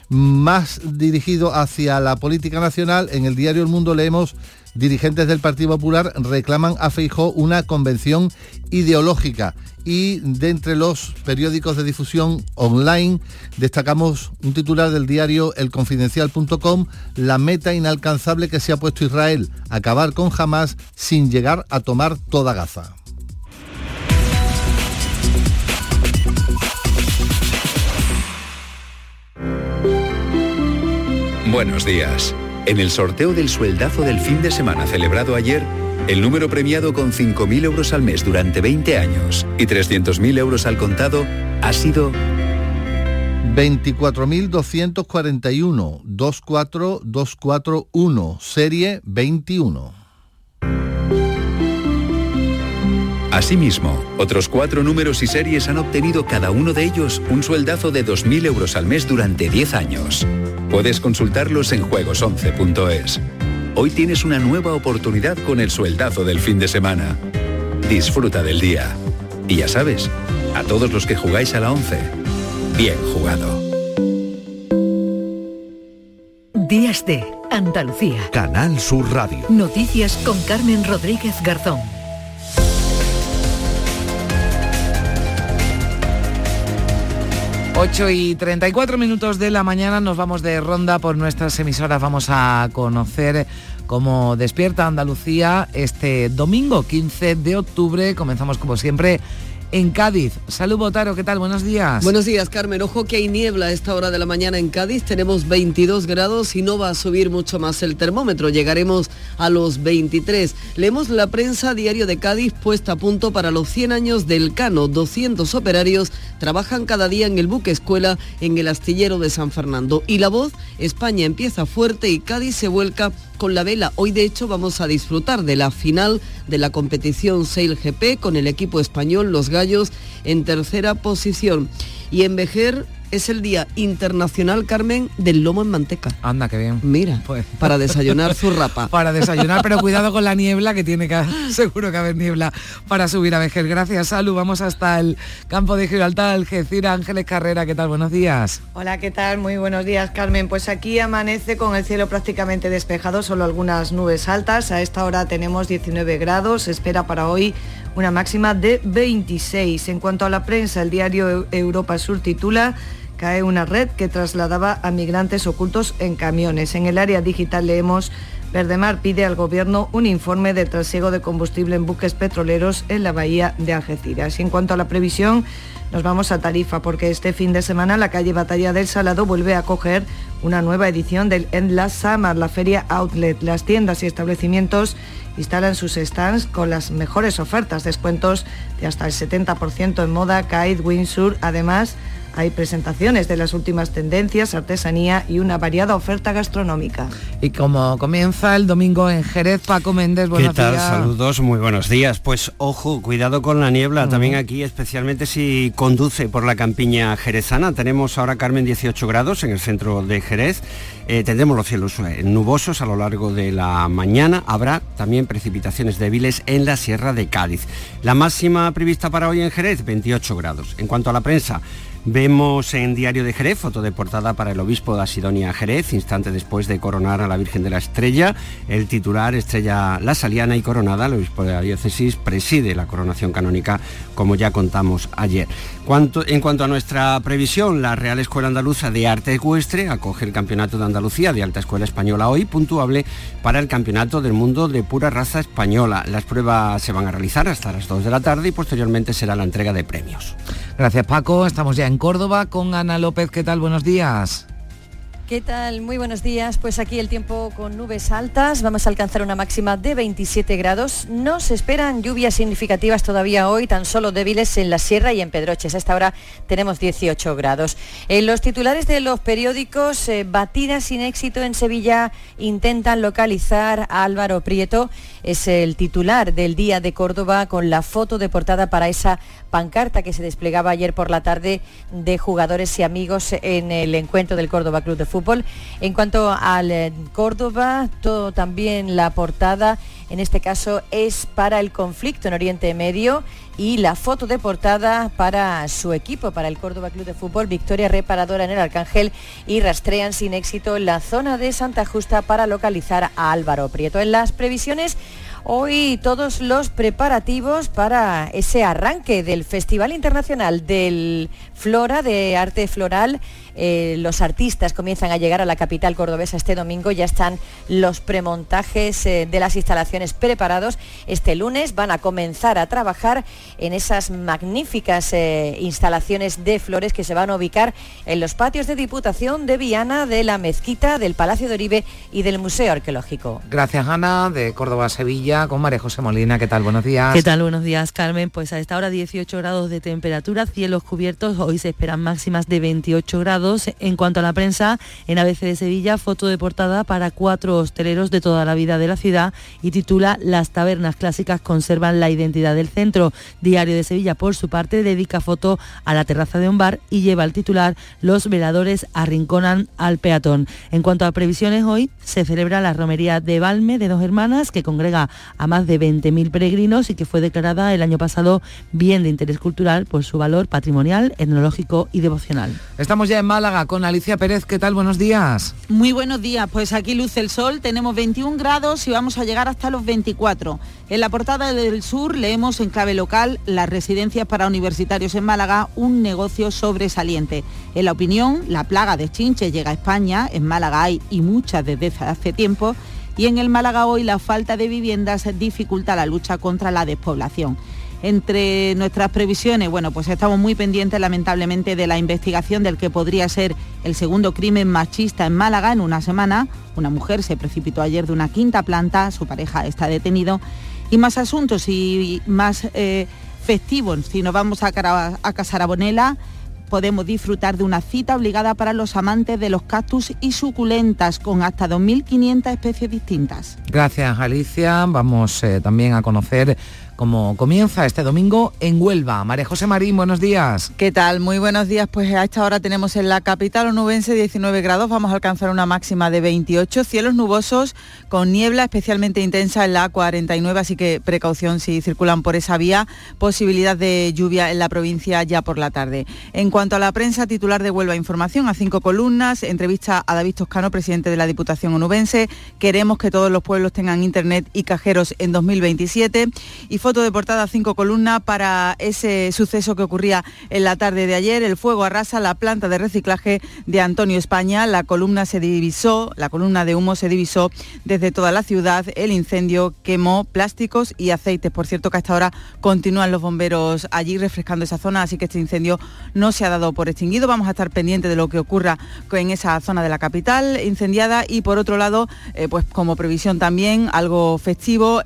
Más dirigido hacia la política nacional, en el diario El Mundo leemos: dirigentes del Partido Popular reclaman a Feijóo una convención ideológica. Y de entre los periódicos de difusión online destacamos un titular del diario el confidencial punto com: la meta inalcanzable que se ha puesto Israel, acabar con Hamás sin llegar a tomar toda Gaza. Buenos días. En el sorteo del sueldazo del fin de semana celebrado ayer, el número premiado con cinco mil euros al mes durante veinte años y trescientos mil euros al contado ha sido veinticuatro mil doscientos cuarenta y uno, veinticuatro mil doscientos cuarenta y uno, serie veintiuno. Asimismo, otros cuatro números y series han obtenido cada uno de ellos un sueldazo de dos mil euros al mes durante diez años. Puedes consultarlos en juegos once punto es. Hoy tienes una nueva oportunidad con el sueldazo del fin de semana. Disfruta del día. Y ya sabes, a todos los que jugáis a la once, bien jugado. Días de Andalucía. Canal Sur Radio. Noticias con Carmen Rodríguez Garzón. ocho y treinta y cuatro minutos de la mañana, nos vamos de ronda por nuestras emisoras. Vamos a conocer cómo despierta Andalucía este domingo quince de octubre. Comenzamos como siempre en Cádiz. Salud, Botaro, ¿qué tal? Buenos días. Buenos días, Carmen. Ojo que hay niebla a esta hora de la mañana en Cádiz. Tenemos veintidós grados y no va a subir mucho más el termómetro. Llegaremos a los veintitrés. Leemos la prensa, Diario de Cádiz, puesta a punto para los cien años del Cano. doscientos operarios trabajan cada día en el buque escuela en el astillero de San Fernando. Y La Voz, España empieza fuerte y Cádiz se vuelca con la vela. Hoy, de hecho, vamos a disfrutar de la final de la competición Sail G P con el equipo español, los gallos, en tercera posición. Y en Vejer es el Día Internacional, Carmen, del lomo en manteca. Anda, qué bien. Mira, pues para desayunar zurrapa. Para desayunar, pero cuidado con la niebla, que tiene que seguro que haber niebla para subir a Vejer. Gracias, Salu. Vamos hasta el campo de Gibraltar, Algeciras. Ángeles Carrera, ¿qué tal? Buenos días. Hola, ¿qué tal? Muy buenos días, Carmen. Pues aquí amanece con el cielo prácticamente despejado, solo algunas nubes altas. A esta hora tenemos diecinueve grados, se espera para hoy una máxima de veintiséis. En cuanto a la prensa, el diario Europa Sur titula: cae una red que trasladaba a migrantes ocultos en camiones. En el área digital leemos: Verdemar pide al Gobierno un informe de trasiego de combustible en buques petroleros en la bahía de Algeciras. Y en cuanto a la previsión, nos vamos a Tarifa, porque este fin de semana la calle Batalla del Salado vuelve a acoger una nueva edición del Endless Summer, la feria Outlet. Las tiendas y establecimientos instalan sus stands con las mejores ofertas, descuentos de hasta el setenta por ciento en moda, Kite, Windsor. Además, hay presentaciones de las últimas tendencias, artesanía y una variada oferta gastronómica. Y como comienza el domingo en Jerez, Paco Méndez, buenos días. ¿Qué tal? Saludos, muy buenos días. Pues ojo, cuidado con la niebla, uh-huh. También aquí, especialmente si conduce por la campiña jerezana. Tenemos ahora, Carmen, dieciocho grados en el centro de Jerez. Eh, tendremos los cielos nubosos a lo largo de la mañana. Habrá también precipitaciones débiles en la Sierra de Cádiz. La máxima prevista para hoy en Jerez, veintiocho grados. En cuanto a la prensa, vemos en Diario de Jerez foto de portada para el obispo de Asidonia Jerez, instante después de coronar a la Virgen de la Estrella. El titular: Estrella La Saliana y coronada. El obispo de la diócesis preside la coronación canónica, como ya contamos ayer. Cuanto, en cuanto a nuestra previsión, la Real Escuela Andaluza de Arte Ecuestre acoge el Campeonato de Andalucía de Alta Escuela Española hoy, puntuable para el Campeonato del Mundo de Pura Raza Española. Las pruebas se van a realizar hasta las dos de la tarde y posteriormente será la entrega de premios. Gracias, Paco. Estamos ya en Córdoba con Ana López. ¿Qué tal? Buenos días. ¿Qué tal? Muy buenos días. Pues aquí el tiempo con nubes altas. Vamos a alcanzar una máxima de veintisiete grados. No se esperan lluvias significativas todavía hoy, tan solo débiles en la Sierra y en Pedroches. A esta hora tenemos dieciocho grados. En los titulares de los periódicos, eh, batida sin éxito en Sevilla, intentan localizar a Álvaro Prieto. Es el titular del Día de Córdoba, con la foto de portada para esa pancarta que se desplegaba ayer por la tarde de jugadores y amigos en el encuentro del Córdoba Club de Fútbol. En cuanto al eh, Córdoba, todo también la portada, en este caso, es para el conflicto en Oriente Medio y la foto de portada para su equipo, para el Córdoba Club de Fútbol, victoria reparadora en el Arcángel, y rastrean sin éxito en la zona de Santa Justa para localizar a Álvaro Prieto. En las previsiones, hoy todos los preparativos para ese arranque del Festival Internacional del Flora, de Arte Floral. Eh, los artistas comienzan a llegar a la capital cordobesa este domingo. Ya están los premontajes eh, de las instalaciones preparados. Este lunes van a comenzar a trabajar en esas magníficas eh, instalaciones de flores que se van a ubicar en los patios de Diputación, de Viana, de la Mezquita, del Palacio de Oribe y del Museo Arqueológico. Gracias, Ana. De Córdoba a Sevilla con María José Molina. ¿Qué tal? Buenos días. ¿Qué tal? Buenos días, Carmen. Pues a esta hora dieciocho grados de temperatura, cielos cubiertos. Hoy se esperan máximas de veintiocho grados. En cuanto a la prensa, en A B C de Sevilla, foto de portada para cuatro hosteleros de toda la vida de la ciudad y titula: Las tabernas clásicas conservan la identidad del centro. Diario de Sevilla, por su parte, dedica foto a la terraza de un bar y lleva el titular: Los veladores arrinconan al peatón. En cuanto a previsiones, hoy se celebra la romería de Valme de Dos Hermanas, que congrega a más de veinte mil peregrinos y que fue declarada el año pasado bien de interés cultural por su valor patrimonial, etnológico y devocional. Estamos ya en Málaga con Alicia Pérez. ¿Qué tal? Buenos días. Muy buenos días. Pues aquí luce el sol, tenemos veintiún grados y vamos a llegar hasta los veinticuatro. En la portada del Sur leemos en clave local: las residencias para universitarios en Málaga, un negocio sobresaliente. En La Opinión, la plaga de chinches llega a España, en Málaga hay y muchas desde hace tiempo, y en el Málaga Hoy, la falta de viviendas dificulta la lucha contra la despoblación. Entre nuestras previsiones, bueno, pues estamos muy pendientes lamentablemente de la investigación del que podría ser el segundo crimen machista en Málaga en una semana. Una mujer se precipitó ayer de una quinta planta, su pareja está detenido. Y más asuntos y más eh, festivos. Si nos vamos a, Cara- a Casarabonela, podemos disfrutar de una cita obligada para los amantes de los cactus y suculentas, con hasta dos mil quinientas especies distintas. Gracias, Alicia. Vamos eh, también a conocer cómo comienza este domingo en Huelva. María José Marín, buenos días. ¿Qué tal? Muy buenos días. Pues a esta hora tenemos en la capital onubense diecinueve grados, vamos a alcanzar una máxima de veintiocho, cielos nubosos con niebla especialmente intensa en la A cuarenta y nueve, así que precaución si circulan por esa vía, posibilidad de lluvia en la provincia ya por la tarde. En cuanto a la prensa, titular de Huelva Información a cinco columnas, entrevista a David Toscano, presidente de la Diputación onubense: queremos que todos los pueblos tengan internet y cajeros en dos mil veintisiete, y foto de portada cinco columnas para ese suceso que ocurría en la tarde de ayer. El fuego arrasa la planta de reciclaje de Antonio España. La columna se divisó, la columna de humo se divisó desde toda la ciudad. El incendio quemó plásticos y aceites. Por cierto que hasta ahora continúan los bomberos allí refrescando esa zona, así que este incendio no se ha dado por extinguido. Vamos a estar pendientes de lo que ocurra en esa zona de la capital incendiada. Y por otro lado, eh, pues como previsión también algo festivo,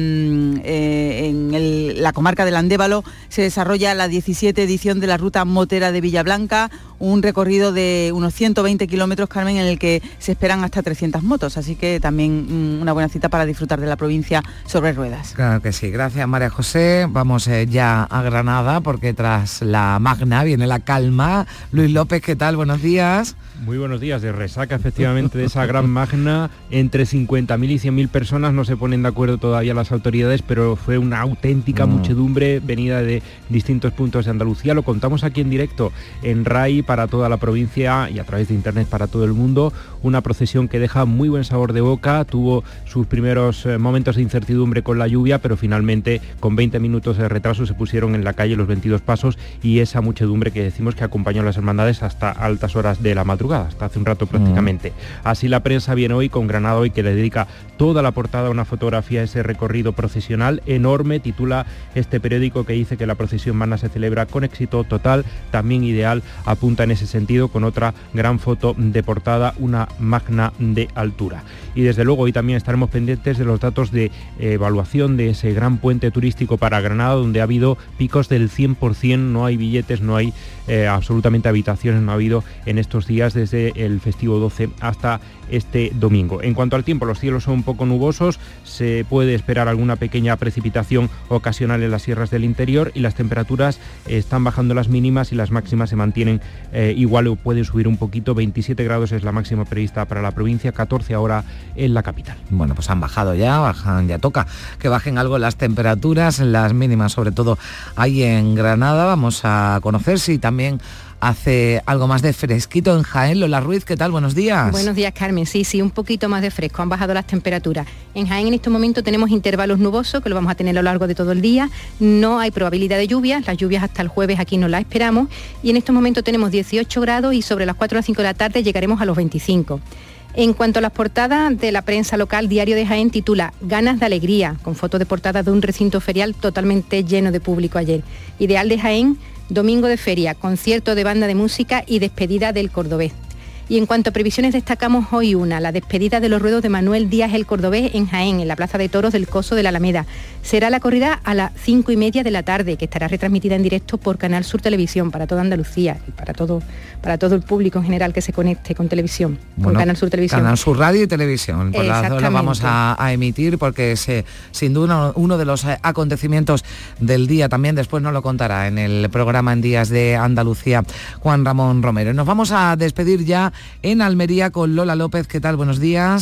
en, eh, en el, la comarca del Andévalo se desarrolla la diecisiete edición de la Ruta Motera de Villablanca, un recorrido de unos ciento veinte kilómetros, Carmen, en el que se esperan hasta trescientas motos, así que también mmm, una buena cita para disfrutar de la provincia sobre ruedas. Claro que sí, gracias María José. Vamos eh, ya a Granada, porque tras la magna viene la calma. Luis López, ¿qué tal? Buenos días. Muy buenos días. De resaca efectivamente de esa gran magna, entre cincuenta mil y cien mil personas, no se ponen de acuerdo todavía las autoridades, pero fue una auténtica mm. muchedumbre venida de distintos puntos de Andalucía. Lo contamos aquí en directo en RAI para toda la provincia y a través de internet para todo el mundo. Una procesión que deja muy buen sabor de boca, tuvo sus primeros eh, momentos de incertidumbre con la lluvia, pero finalmente con veinte minutos de retraso se pusieron en la calle los veintidós pasos, y esa muchedumbre que decimos que acompañó a las hermandades hasta altas horas de la madrugada, hasta hace un rato prácticamente. Mm. Así la prensa viene hoy con Granada Hoy, que le dedica toda la portada a una fotografía a ese recorrido procesional enorme. Titula este periódico, que dice que la procesión magna se celebra con éxito total, también ideal, apunta en ese sentido, con otra gran foto de portada, una magna de altura. Y desde luego hoy también estaremos pendientes de los datos de evaluación de ese gran puente turístico para Granada, donde ha habido picos del cien por ciento, no hay billetes, no hay eh, absolutamente habitaciones, no ha habido en estos días desde el festivo doce hasta este domingo. En cuanto al tiempo, los cielos son un poco nubosos, se puede esperar alguna pequeña precipitación ocasional en las sierras del interior, y las temperaturas están bajando las mínimas y las máximas se mantienen eh, igual o pueden subir un poquito. veintisiete grados es la máxima prevista para la provincia, catorce ahora en la capital. Bueno, pues han bajado ya, bajan, ya toca que bajen algo las temperaturas, las mínimas sobre todo ahí en Granada. Vamos a conocer si también hace algo más de fresquito en Jaén. Lola Ruiz, ¿qué tal? Buenos días. Buenos días, Carmen. Sí, sí, un poquito más de fresco, han bajado las temperaturas. En Jaén en este momento tenemos intervalos nubosos, que lo vamos a tener a lo largo de todo el día. No hay probabilidad de lluvias, las lluvias hasta el jueves aquí no las esperamos. Y en estos momentos tenemos dieciocho grados y sobre las cuatro o las cinco de la tarde llegaremos a los veinticinco. En cuanto a las portadas de la prensa local, Diario de Jaén titula Ganas de alegría, con fotos de portada de un recinto ferial totalmente lleno de público ayer. Ideal de Jaén, domingo de feria, concierto de banda de música y despedida del cordobés. Y en cuanto a previsiones destacamos hoy una, la despedida de los ruedos de Manuel Díaz el Cordobés en Jaén, en la Plaza de Toros del Coso de la Alameda. Será la corrida a las cinco y media de la tarde, que estará retransmitida en directo por Canal Sur Televisión para toda Andalucía y para todo, para todo el público en general que se conecte con televisión, bueno, con Canal Sur Televisión. Canal Sur Radio y Televisión, por las dos lo vamos a, a emitir, porque es eh, sin duda uno de los eh, acontecimientos del día. También después nos lo contará en el programa En Días de Andalucía Juan Ramón Romero. Nos vamos a despedir ya en Almería con Lola López. ¿Qué tal? Buenos días.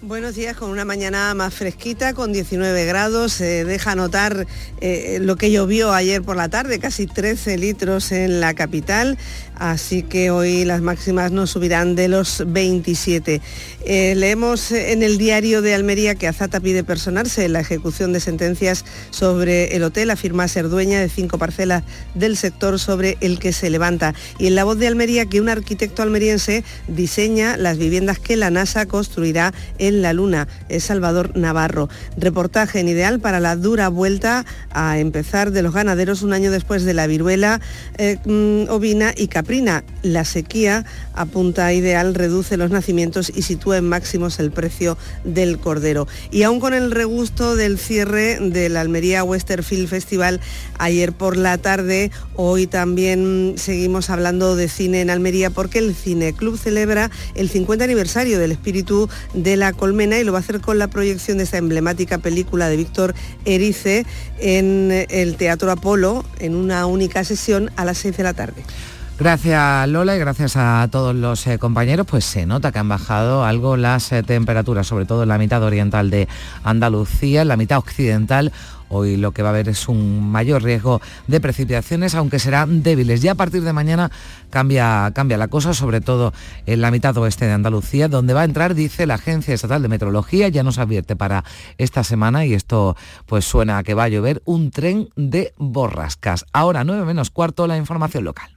Buenos días, con una mañana más fresquita, con diecinueve grados, eh, deja notar eh, lo que llovió ayer por la tarde, casi trece litros en la capital, así que hoy las máximas no subirán de los veintisiete. Eh, leemos en el diario de Almería que Azata pide personarse en la ejecución de sentencias sobre el hotel, afirma ser dueña de cinco parcelas del sector sobre el que se levanta. Y en La Voz de Almería que un arquitecto almeriense diseña las viviendas que la NASA construirá en la Luna, es Salvador Navarro. Reportaje en Ideal para la dura vuelta a empezar de los ganaderos un año después de la viruela eh, ovina y caprina. La sequía, apunta a Ideal, reduce los nacimientos y sitúa en máximos el precio del cordero. Y aún con el regusto del cierre del Almería Western Film Festival ayer por la tarde, hoy también seguimos hablando de cine en Almería porque el Cineclub celebra el cincuenta aniversario del Espíritu de la Colmena y lo va a hacer con la proyección de esta emblemática película de Víctor Erice en el Teatro Apolo en una única sesión a las seis de la tarde. Gracias Lola y gracias a todos los eh, compañeros, pues se nota que han bajado algo las eh, temperaturas, sobre todo en la mitad oriental de Andalucía, en la mitad occidental. Hoy lo que va a haber es un mayor riesgo de precipitaciones, aunque serán débiles. Ya a partir de mañana cambia, cambia la cosa, sobre todo en la mitad oeste de Andalucía, donde va a entrar, dice la Agencia Estatal de Meteorología, ya nos advierte para esta semana, y esto pues suena a que va a llover, un tren de borrascas. Ahora, nueve menos cuarto, la información local.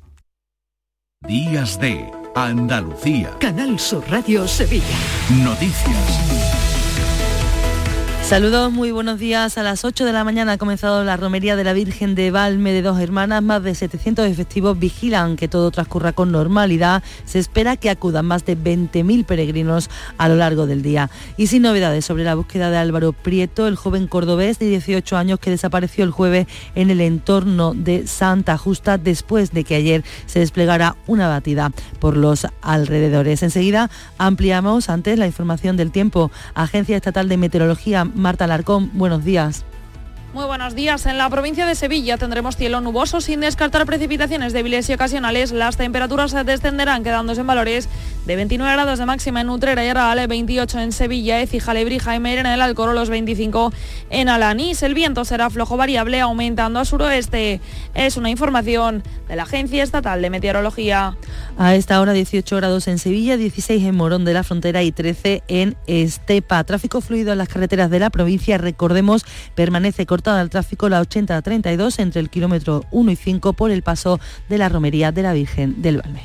Días de Andalucía. Canal Sur Radio Sevilla. Noticias. Saludos, muy buenos días. A las ocho de la mañana ha comenzado la romería de la Virgen de Valme de Dos Hermanas. Más de setecientos efectivos vigilan que todo transcurra con normalidad. Se espera que acudan más de veinte mil peregrinos a lo largo del día. Y sin novedades sobre la búsqueda de Álvaro Prieto, el joven cordobés de dieciocho años que desapareció el jueves en el entorno de Santa Justa después de que ayer se desplegara una batida por los alrededores. Enseguida ampliamos antes la información del tiempo. Agencia Estatal de Meteorología, Marta Alarcón, buenos días. Muy buenos días. En la provincia de Sevilla tendremos cielo nuboso sin descartar precipitaciones débiles y ocasionales. Las temperaturas descenderán quedándose en valores de veintinueve grados de máxima en Utrera y Araal, veintiocho en Sevilla, Écija, Lebrija y Meira, en el Alcoro, los veinticinco en Alanís. El viento será flojo variable aumentando a suroeste. Es una información de la Agencia Estatal de Meteorología. A esta hora dieciocho grados en Sevilla, dieciséis en Morón de la Frontera y trece en Estepa. Tráfico fluido en las carreteras de la provincia. Recordemos, permanece cortada el tráfico la ochenta treinta y dos entre el kilómetro uno y cinco por el paso de la romería de la Virgen del Valme.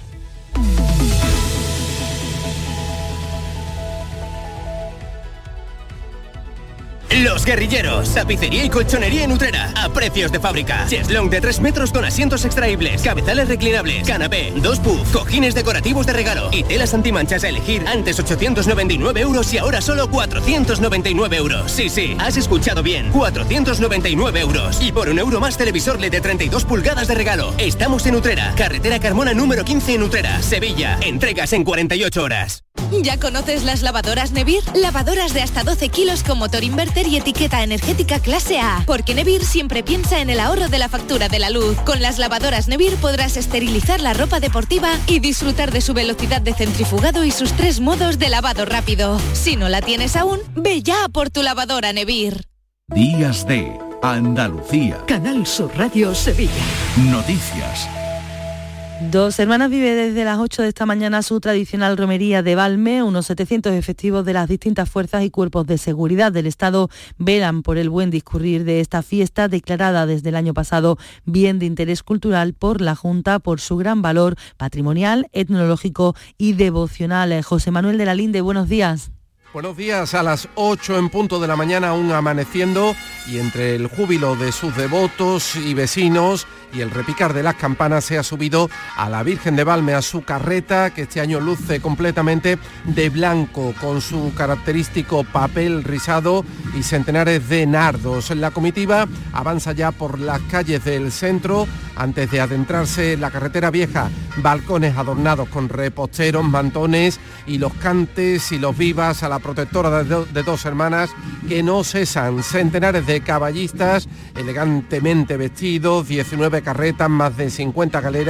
Los Guerrilleros, tapicería y colchonería en Utrera, a precios de fábrica. Cheslong de tres metros con asientos extraíbles, cabezales reclinables, canapé, dos puff, cojines decorativos de regalo y telas antimanchas a elegir. Antes ochocientos noventa y nueve euros y ahora solo cuatrocientos noventa y nueve euros. Sí, sí, has escuchado bien, cuatrocientos noventa y nueve euros. Y por un euro más televisor L E D de treinta y dos pulgadas de regalo. Estamos en Utrera, carretera Carmona número quince en Utrera, Sevilla. Entregas en cuarenta y ocho horas. ¿Ya conoces las lavadoras Nevir? Lavadoras de hasta doce kilos con motor inverter y etiqueta energética clase A. Porque Nevir siempre piensa en el ahorro de la factura de la luz. Con las lavadoras Nevir podrás esterilizar la ropa deportiva y disfrutar de su velocidad de centrifugado y sus tres modos de lavado rápido. Si no la tienes aún, ve ya por tu lavadora Nevir. Días de Andalucía. Canal Sur Radio Sevilla. Noticias. Dos Hermanas vive desde las ocho de esta mañana su tradicional romería de Valme. Unos setecientos efectivos de las distintas fuerzas y cuerpos de seguridad del Estado velan por el buen discurrir de esta fiesta, declarada desde el año pasado bien de interés cultural por la Junta por su gran valor patrimonial, etnológico y devocional. José Manuel de la Linde, buenos días. Buenos días, a las ocho en punto de la mañana, aún amaneciendo, y entre el júbilo de sus devotos y vecinos y el repicar de las campanas se ha subido a la Virgen de Valme, a su carreta, que este año luce completamente de blanco, con su característico papel rizado y centenares de nardos. La comitiva avanza ya por las calles del centro antes de adentrarse en la carretera vieja. Balcones adornados con reposteros, mantones y los cantes y los vivas a la protectora de, do, de Dos Hermanas, que no cesan. Centenares de caballistas elegantemente vestidos, diecinueve carretas, más de cincuenta galeras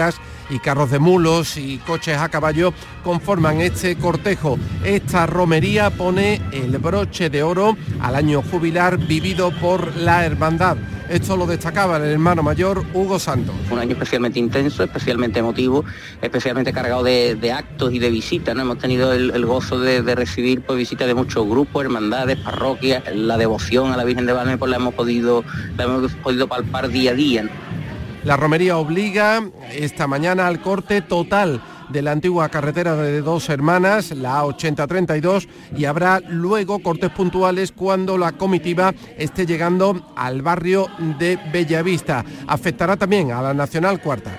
y carros de mulos y coches a caballo conforman este cortejo. Esta romería pone el broche de oro al año jubilar vivido por la hermandad. Esto lo destacaba el hermano mayor Hugo Santos. Un año especialmente intenso, especialmente emotivo, especialmente cargado de, de actos y de visitas, ¿no? Hemos tenido el, el gozo de, de recibir pues, visitas de muchos grupos, hermandades, parroquias. La devoción a la Virgen de Valme pues, la hemos podido, la hemos podido palpar día a día. La romería obliga esta mañana al corte total de la antigua carretera de Dos Hermanas, la A ochenta treinta y dos, y habrá luego cortes puntuales cuando la comitiva esté llegando al barrio de Bellavista. Afectará también a la Nacional Cuarta.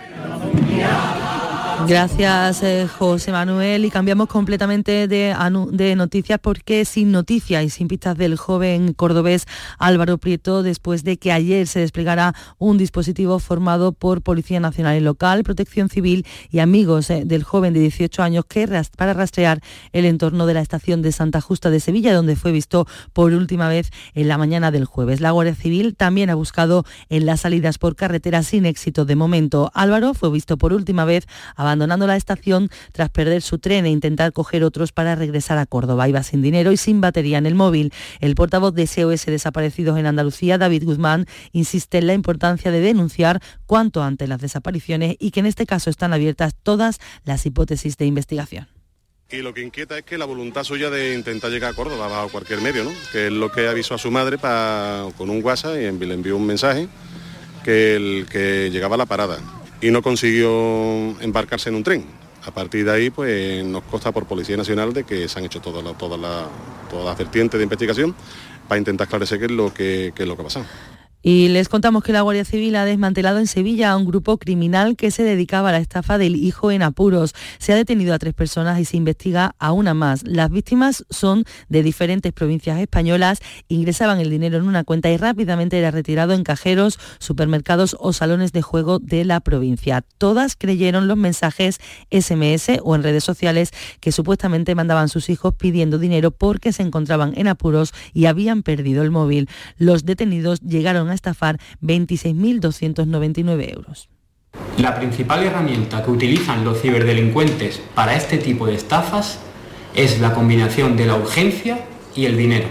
Gracias, eh, José Manuel. Y cambiamos completamente de, de noticias porque sin noticias y sin pistas del joven cordobés Álvaro Prieto, después de que ayer se desplegara un dispositivo formado por Policía Nacional y Local, Protección Civil y amigos eh, del joven de dieciocho años que para rastrear el entorno de la estación de Santa Justa de Sevilla, donde fue visto por última vez en la mañana del jueves. La Guardia Civil también ha buscado en las salidas por carretera sin éxito de momento. Álvaro fue visto por última vez a abandonando la estación tras perder su tren e intentar coger otros para regresar a Córdoba. Iba sin dinero y sin batería en el móvil. El portavoz de S O S Desaparecidos en Andalucía, David Guzmán, insiste en la importancia de denunciar cuanto antes las desapariciones y que en este caso están abiertas todas las hipótesis de investigación. Y lo que inquieta es que la voluntad suya de intentar llegar a Córdoba bajo cualquier medio, ¿no? Que es lo que avisó a su madre pa, con un WhatsApp y le envió un mensaje que, el, que llegaba a la parada. Y no consiguió embarcarse en un tren. A partir de ahí, pues nos consta por Policía Nacional de que se han hecho todas las toda la, toda la vertientes de investigación para intentar esclarecer qué es lo que, qué es lo que ha pasado. Y les contamos que la Guardia Civil ha desmantelado en Sevilla a un grupo criminal que se dedicaba a la estafa del hijo en apuros. Se ha detenido a tres personas y se investiga a una más. Las víctimas son de diferentes provincias españolas, ingresaban el dinero en una cuenta y rápidamente era retirado en cajeros, supermercados o salones de juego de la provincia. Todas creyeron los mensajes ese eme ese o en redes sociales que supuestamente mandaban sus hijos pidiendo dinero porque se encontraban en apuros y habían perdido el móvil. Los detenidos llegaron a estafar veintiséis mil doscientos noventa y nueve euros. La principal herramienta que utilizan los ciberdelincuentes para este tipo de estafas es la combinación de la urgencia y el dinero.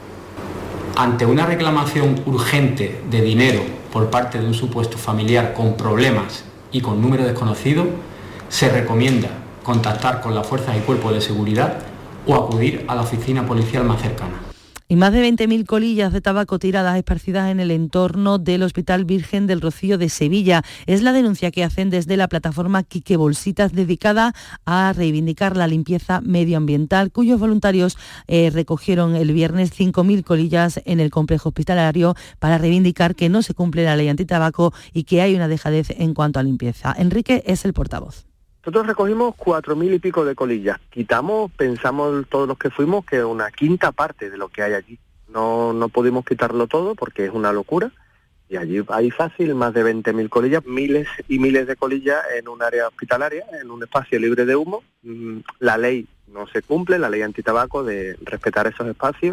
Ante una reclamación urgente de dinero por parte de un supuesto familiar con problemas y con número desconocido, se recomienda contactar con las fuerzas y cuerpos de seguridad o acudir a la oficina policial más cercana. Y más de veinte mil colillas de tabaco tiradas esparcidas en el entorno del Hospital Virgen del Rocío de Sevilla. Es la denuncia que hacen desde la plataforma Quique Bolsitas, dedicada a reivindicar la limpieza medioambiental, cuyos voluntarios eh, recogieron el viernes cinco mil colillas en el complejo hospitalario para reivindicar que no se cumple la ley antitabaco y que hay una dejadez en cuanto a limpieza. Enrique es el portavoz. Nosotros recogimos cuatro mil y pico de colillas. Quitamos, pensamos todos los que fuimos, que una quinta parte de lo que hay allí. No, no pudimos quitarlo todo porque es una locura. Y allí hay fácil más de veinte mil colillas, miles y miles de colillas en un área hospitalaria, en un espacio libre de humo. La ley no se cumple, la ley antitabaco de respetar esos espacios,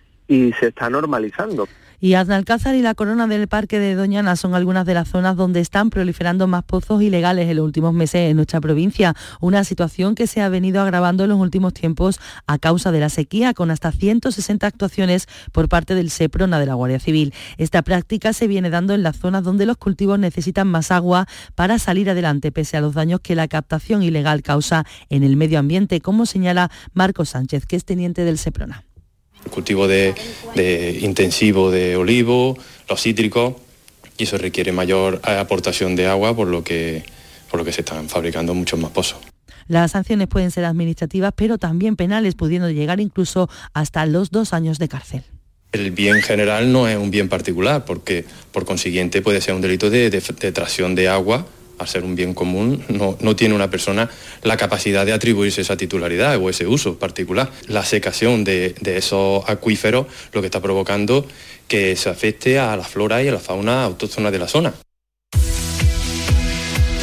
y se está normalizando. Y Aznalcázar y la Corona del Parque de Doñana son algunas de las zonas donde están proliferando más pozos ilegales en los últimos meses en nuestra provincia. Una situación que se ha venido agravando en los últimos tiempos a causa de la sequía, con hasta ciento sesenta actuaciones por parte del SEPRONA de la Guardia Civil. Esta práctica se viene dando en las zonas donde los cultivos necesitan más agua para salir adelante, pese a los daños que la captación ilegal causa en el medio ambiente, como señala Marcos Sánchez, que es teniente del SEPRONA. El cultivo de, de intensivo de olivo, los cítricos, y eso requiere mayor aportación de agua, por lo que, por lo que se están fabricando muchos más pozos. Las sanciones pueden ser administrativas, pero también penales, pudiendo llegar incluso hasta los dos años de cárcel. El bien general no es un bien particular, porque por consiguiente puede ser un delito de, de, de tracción de agua. Al ser un bien común, no, no tiene una persona la capacidad de atribuirse esa titularidad o ese uso particular. La secación de, de esos acuíferos lo que está provocando que se afecte a la flora y a la fauna autóctona de la zona.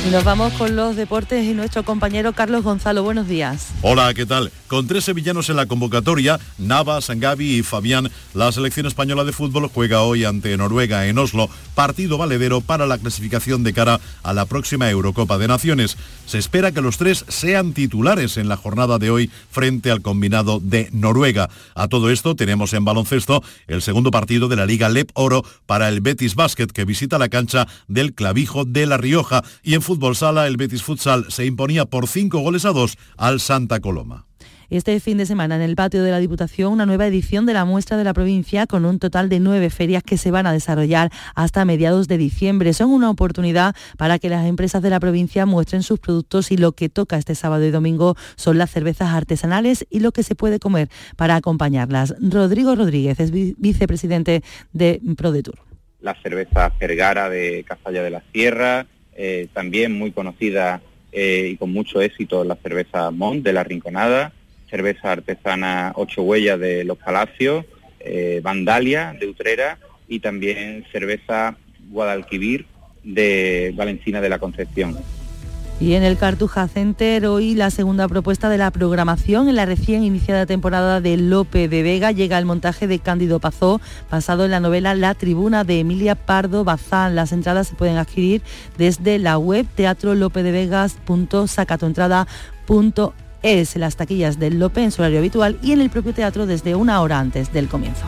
Y nos vamos con los deportes y nuestro compañero Carlos Gonzalo. Buenos días. Hola, ¿qué tal? Con tres sevillanos en la convocatoria, Navas, Gavi y Fabián, la selección española de fútbol juega hoy ante Noruega en Oslo, partido valedero para la clasificación de cara a la próxima Eurocopa de Naciones. Se espera que los tres sean titulares en la jornada de hoy frente al combinado de Noruega. A todo esto tenemos en baloncesto el segundo partido de la Liga Lep Oro para el Betis Basket, que visita la cancha del Clavijo de La Rioja, y en fútbol sala el Betis Futsal se imponía por cinco goles a dos al Santa Coloma. Este fin de semana en el patio de la Diputación una nueva edición de la muestra de la provincia con un total de nueve ferias que se van a desarrollar hasta mediados de diciembre. Son una oportunidad para que las empresas de la provincia muestren sus productos y lo que toca este sábado y domingo son las cervezas artesanales y lo que se puede comer para acompañarlas. Rodrigo Rodríguez es vicepresidente de ProDetour. La cerveza Fergara de Cazalla de la Sierra, eh, también muy conocida eh, y con mucho éxito la cerveza Mont de La Rinconada, cerveza artesana Ocho Huellas de Los Palacios, eh, Vandalia de Utrera y también cerveza Guadalquivir de Valencina de la Concepción. Y en el Cartuja Center hoy la segunda propuesta de la programación en la recién iniciada temporada de Lope de Vega llega el montaje de Cándido Pazó, basado en la novela La Tribuna de Emilia Pardo Bazán. Las entradas se pueden adquirir desde la web teatro lope de vegas punto sacatuentrada punto es, las taquillas del Lope en su horario habitual y en el propio teatro desde una hora antes del comienzo.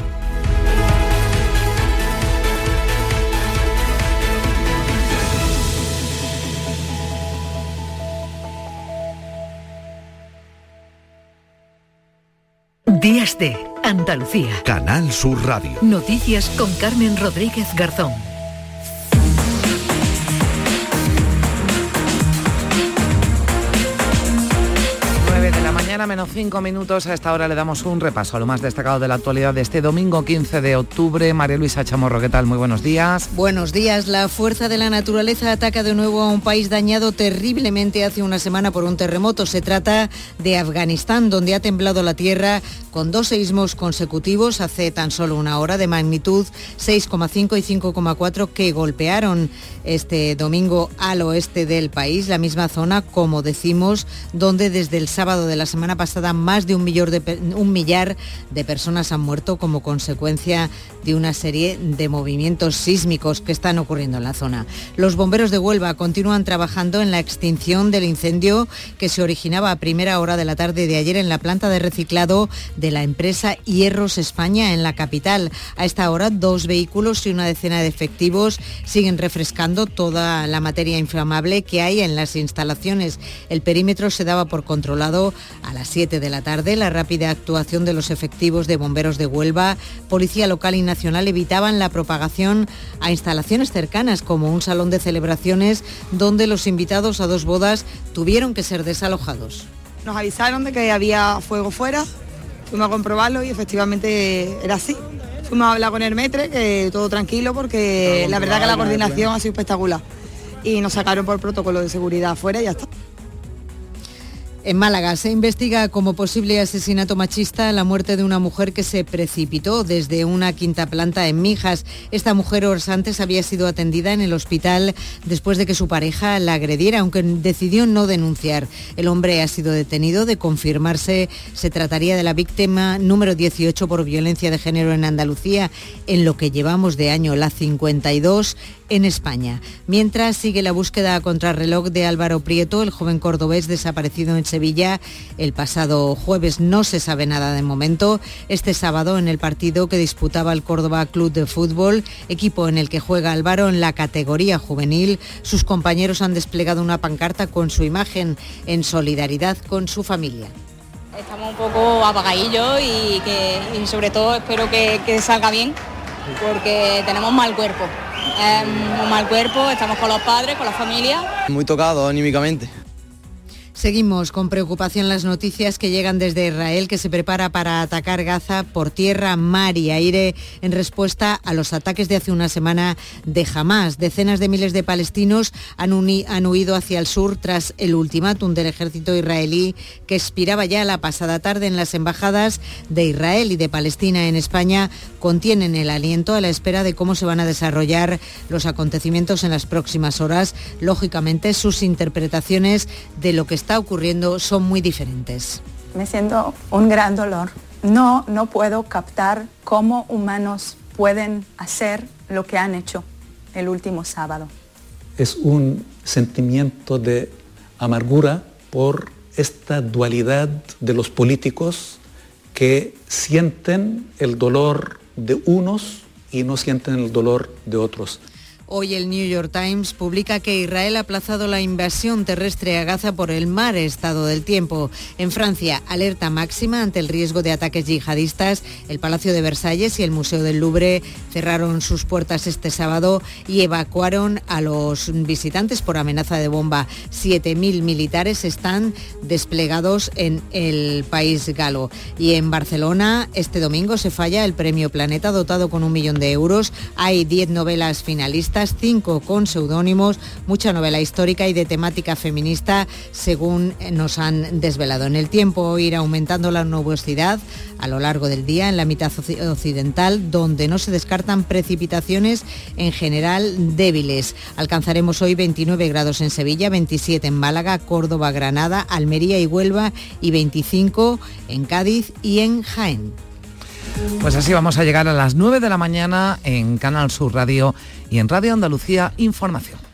Días de Andalucía. Canal Sur Radio. Noticias con Carmen Rodríguez Garzón. De la mañana, menos cinco minutos. A esta hora le damos un repaso a lo más destacado de la actualidad de este domingo quince de octubre. María Luisa Chamorro, ¿qué tal? Muy buenos días. Buenos días. La fuerza de la naturaleza ataca de nuevo a un país dañado terriblemente hace una semana por un terremoto. Se trata de Afganistán, donde ha temblado la tierra con dos seísmos consecutivos hace tan solo una hora de magnitud seis coma cinco y cinco coma cuatro que golpearon este domingo al oeste del país, la misma zona, como decimos, donde desde el sábado de la semana pasada más de un, millón de, un millar de personas han muerto como consecuencia de una serie de movimientos sísmicos que están ocurriendo en la zona. Los bomberos de Huelva continúan trabajando en la extinción del incendio que se originaba a primera hora de la tarde de ayer en la planta de reciclado de la empresa Hierros España en la capital. A esta hora, dos vehículos y una decena de efectivos siguen refrescando toda la materia inflamable que hay en las instalaciones. El perímetro se daba por controlado a las siete de la tarde. La rápida actuación de los efectivos de bomberos de Huelva, policía local y nacional evitaban la propagación a instalaciones cercanas como un salón de celebraciones donde los invitados a dos bodas tuvieron que ser desalojados. Nos avisaron de que había fuego fuera, fuimos a comprobarlo y efectivamente era así. Fuimos a hablar con el metre, que todo tranquilo porque la verdad que la coordinación ha sido espectacular y nos sacaron por protocolo de seguridad afuera y ya está. En Málaga se investiga como posible asesinato machista la muerte de una mujer que se precipitó desde una quinta planta en Mijas. Esta mujer horas antes había sido atendida en el hospital después de que su pareja la agrediera, aunque decidió no denunciar. El hombre ha sido detenido. De confirmarse, se trataría de la víctima número dieciocho por violencia de género en Andalucía, en lo que llevamos de año, la cincuenta y dos en España. Mientras sigue la búsqueda a contrarreloj de Álvaro Prieto, el joven cordobés desaparecido en Sevilla el pasado jueves. No se sabe nada de momento. Este sábado, en el partido que disputaba el Córdoba Club de Fútbol, equipo en el que juega Álvaro en la categoría juvenil, sus compañeros han desplegado una pancarta con su imagen en solidaridad con su familia. Estamos un poco apagadillos y, que, y sobre todo espero que, que salga bien, porque tenemos mal cuerpo. Eh, un mal cuerpo, estamos con los padres, con la familia. Muy tocado anímicamente. Seguimos con preocupación las noticias que llegan desde Israel, que se prepara para atacar Gaza por tierra, mar y aire en respuesta a los ataques de hace una semana de Hamás. Decenas de miles de palestinos han, uni- han huido hacia el sur tras el ultimátum del ejército israelí que expiraba ya la pasada tarde. En las embajadas de Israel y de Palestina en España contienen el aliento a la espera de cómo se van a desarrollar los acontecimientos en las próximas horas. Lógicamente, sus interpretaciones de lo que está está ocurriendo son muy diferentes. Me siento un gran dolor. No, no puedo captar cómo humanos pueden hacer lo que han hecho el último sábado. Es un sentimiento de amargura por esta dualidad de los políticos que sienten el dolor de unos y no sienten el dolor de otros. Hoy el New York Times publica que Israel ha aplazado la invasión terrestre a Gaza por el mal estado del tiempo. En Francia, alerta máxima ante el riesgo de ataques yihadistas. El Palacio de Versalles y el Museo del Louvre cerraron sus puertas este sábado y evacuaron a los visitantes por amenaza de bomba. siete mil militares están desplegados en el país galo. Y en Barcelona, este domingo se falla el Premio Planeta, dotado con un millón de euros. Hay diez novelas finalistas, cinco con seudónimos, mucha novela histórica y de temática feminista, según nos han desvelado. En el tiempo irá aumentando la nubosidad a lo largo del día en la mitad occidental, donde no se descartan precipitaciones en general débiles. Alcanzaremos hoy veintinueve grados en Sevilla, veintisiete en Málaga, Córdoba, Granada, Almería y Huelva y veinticinco en Cádiz y en Jaén. Pues así vamos a llegar a las nueve de la mañana en Canal Sur Radio y en Radio Andalucía Información.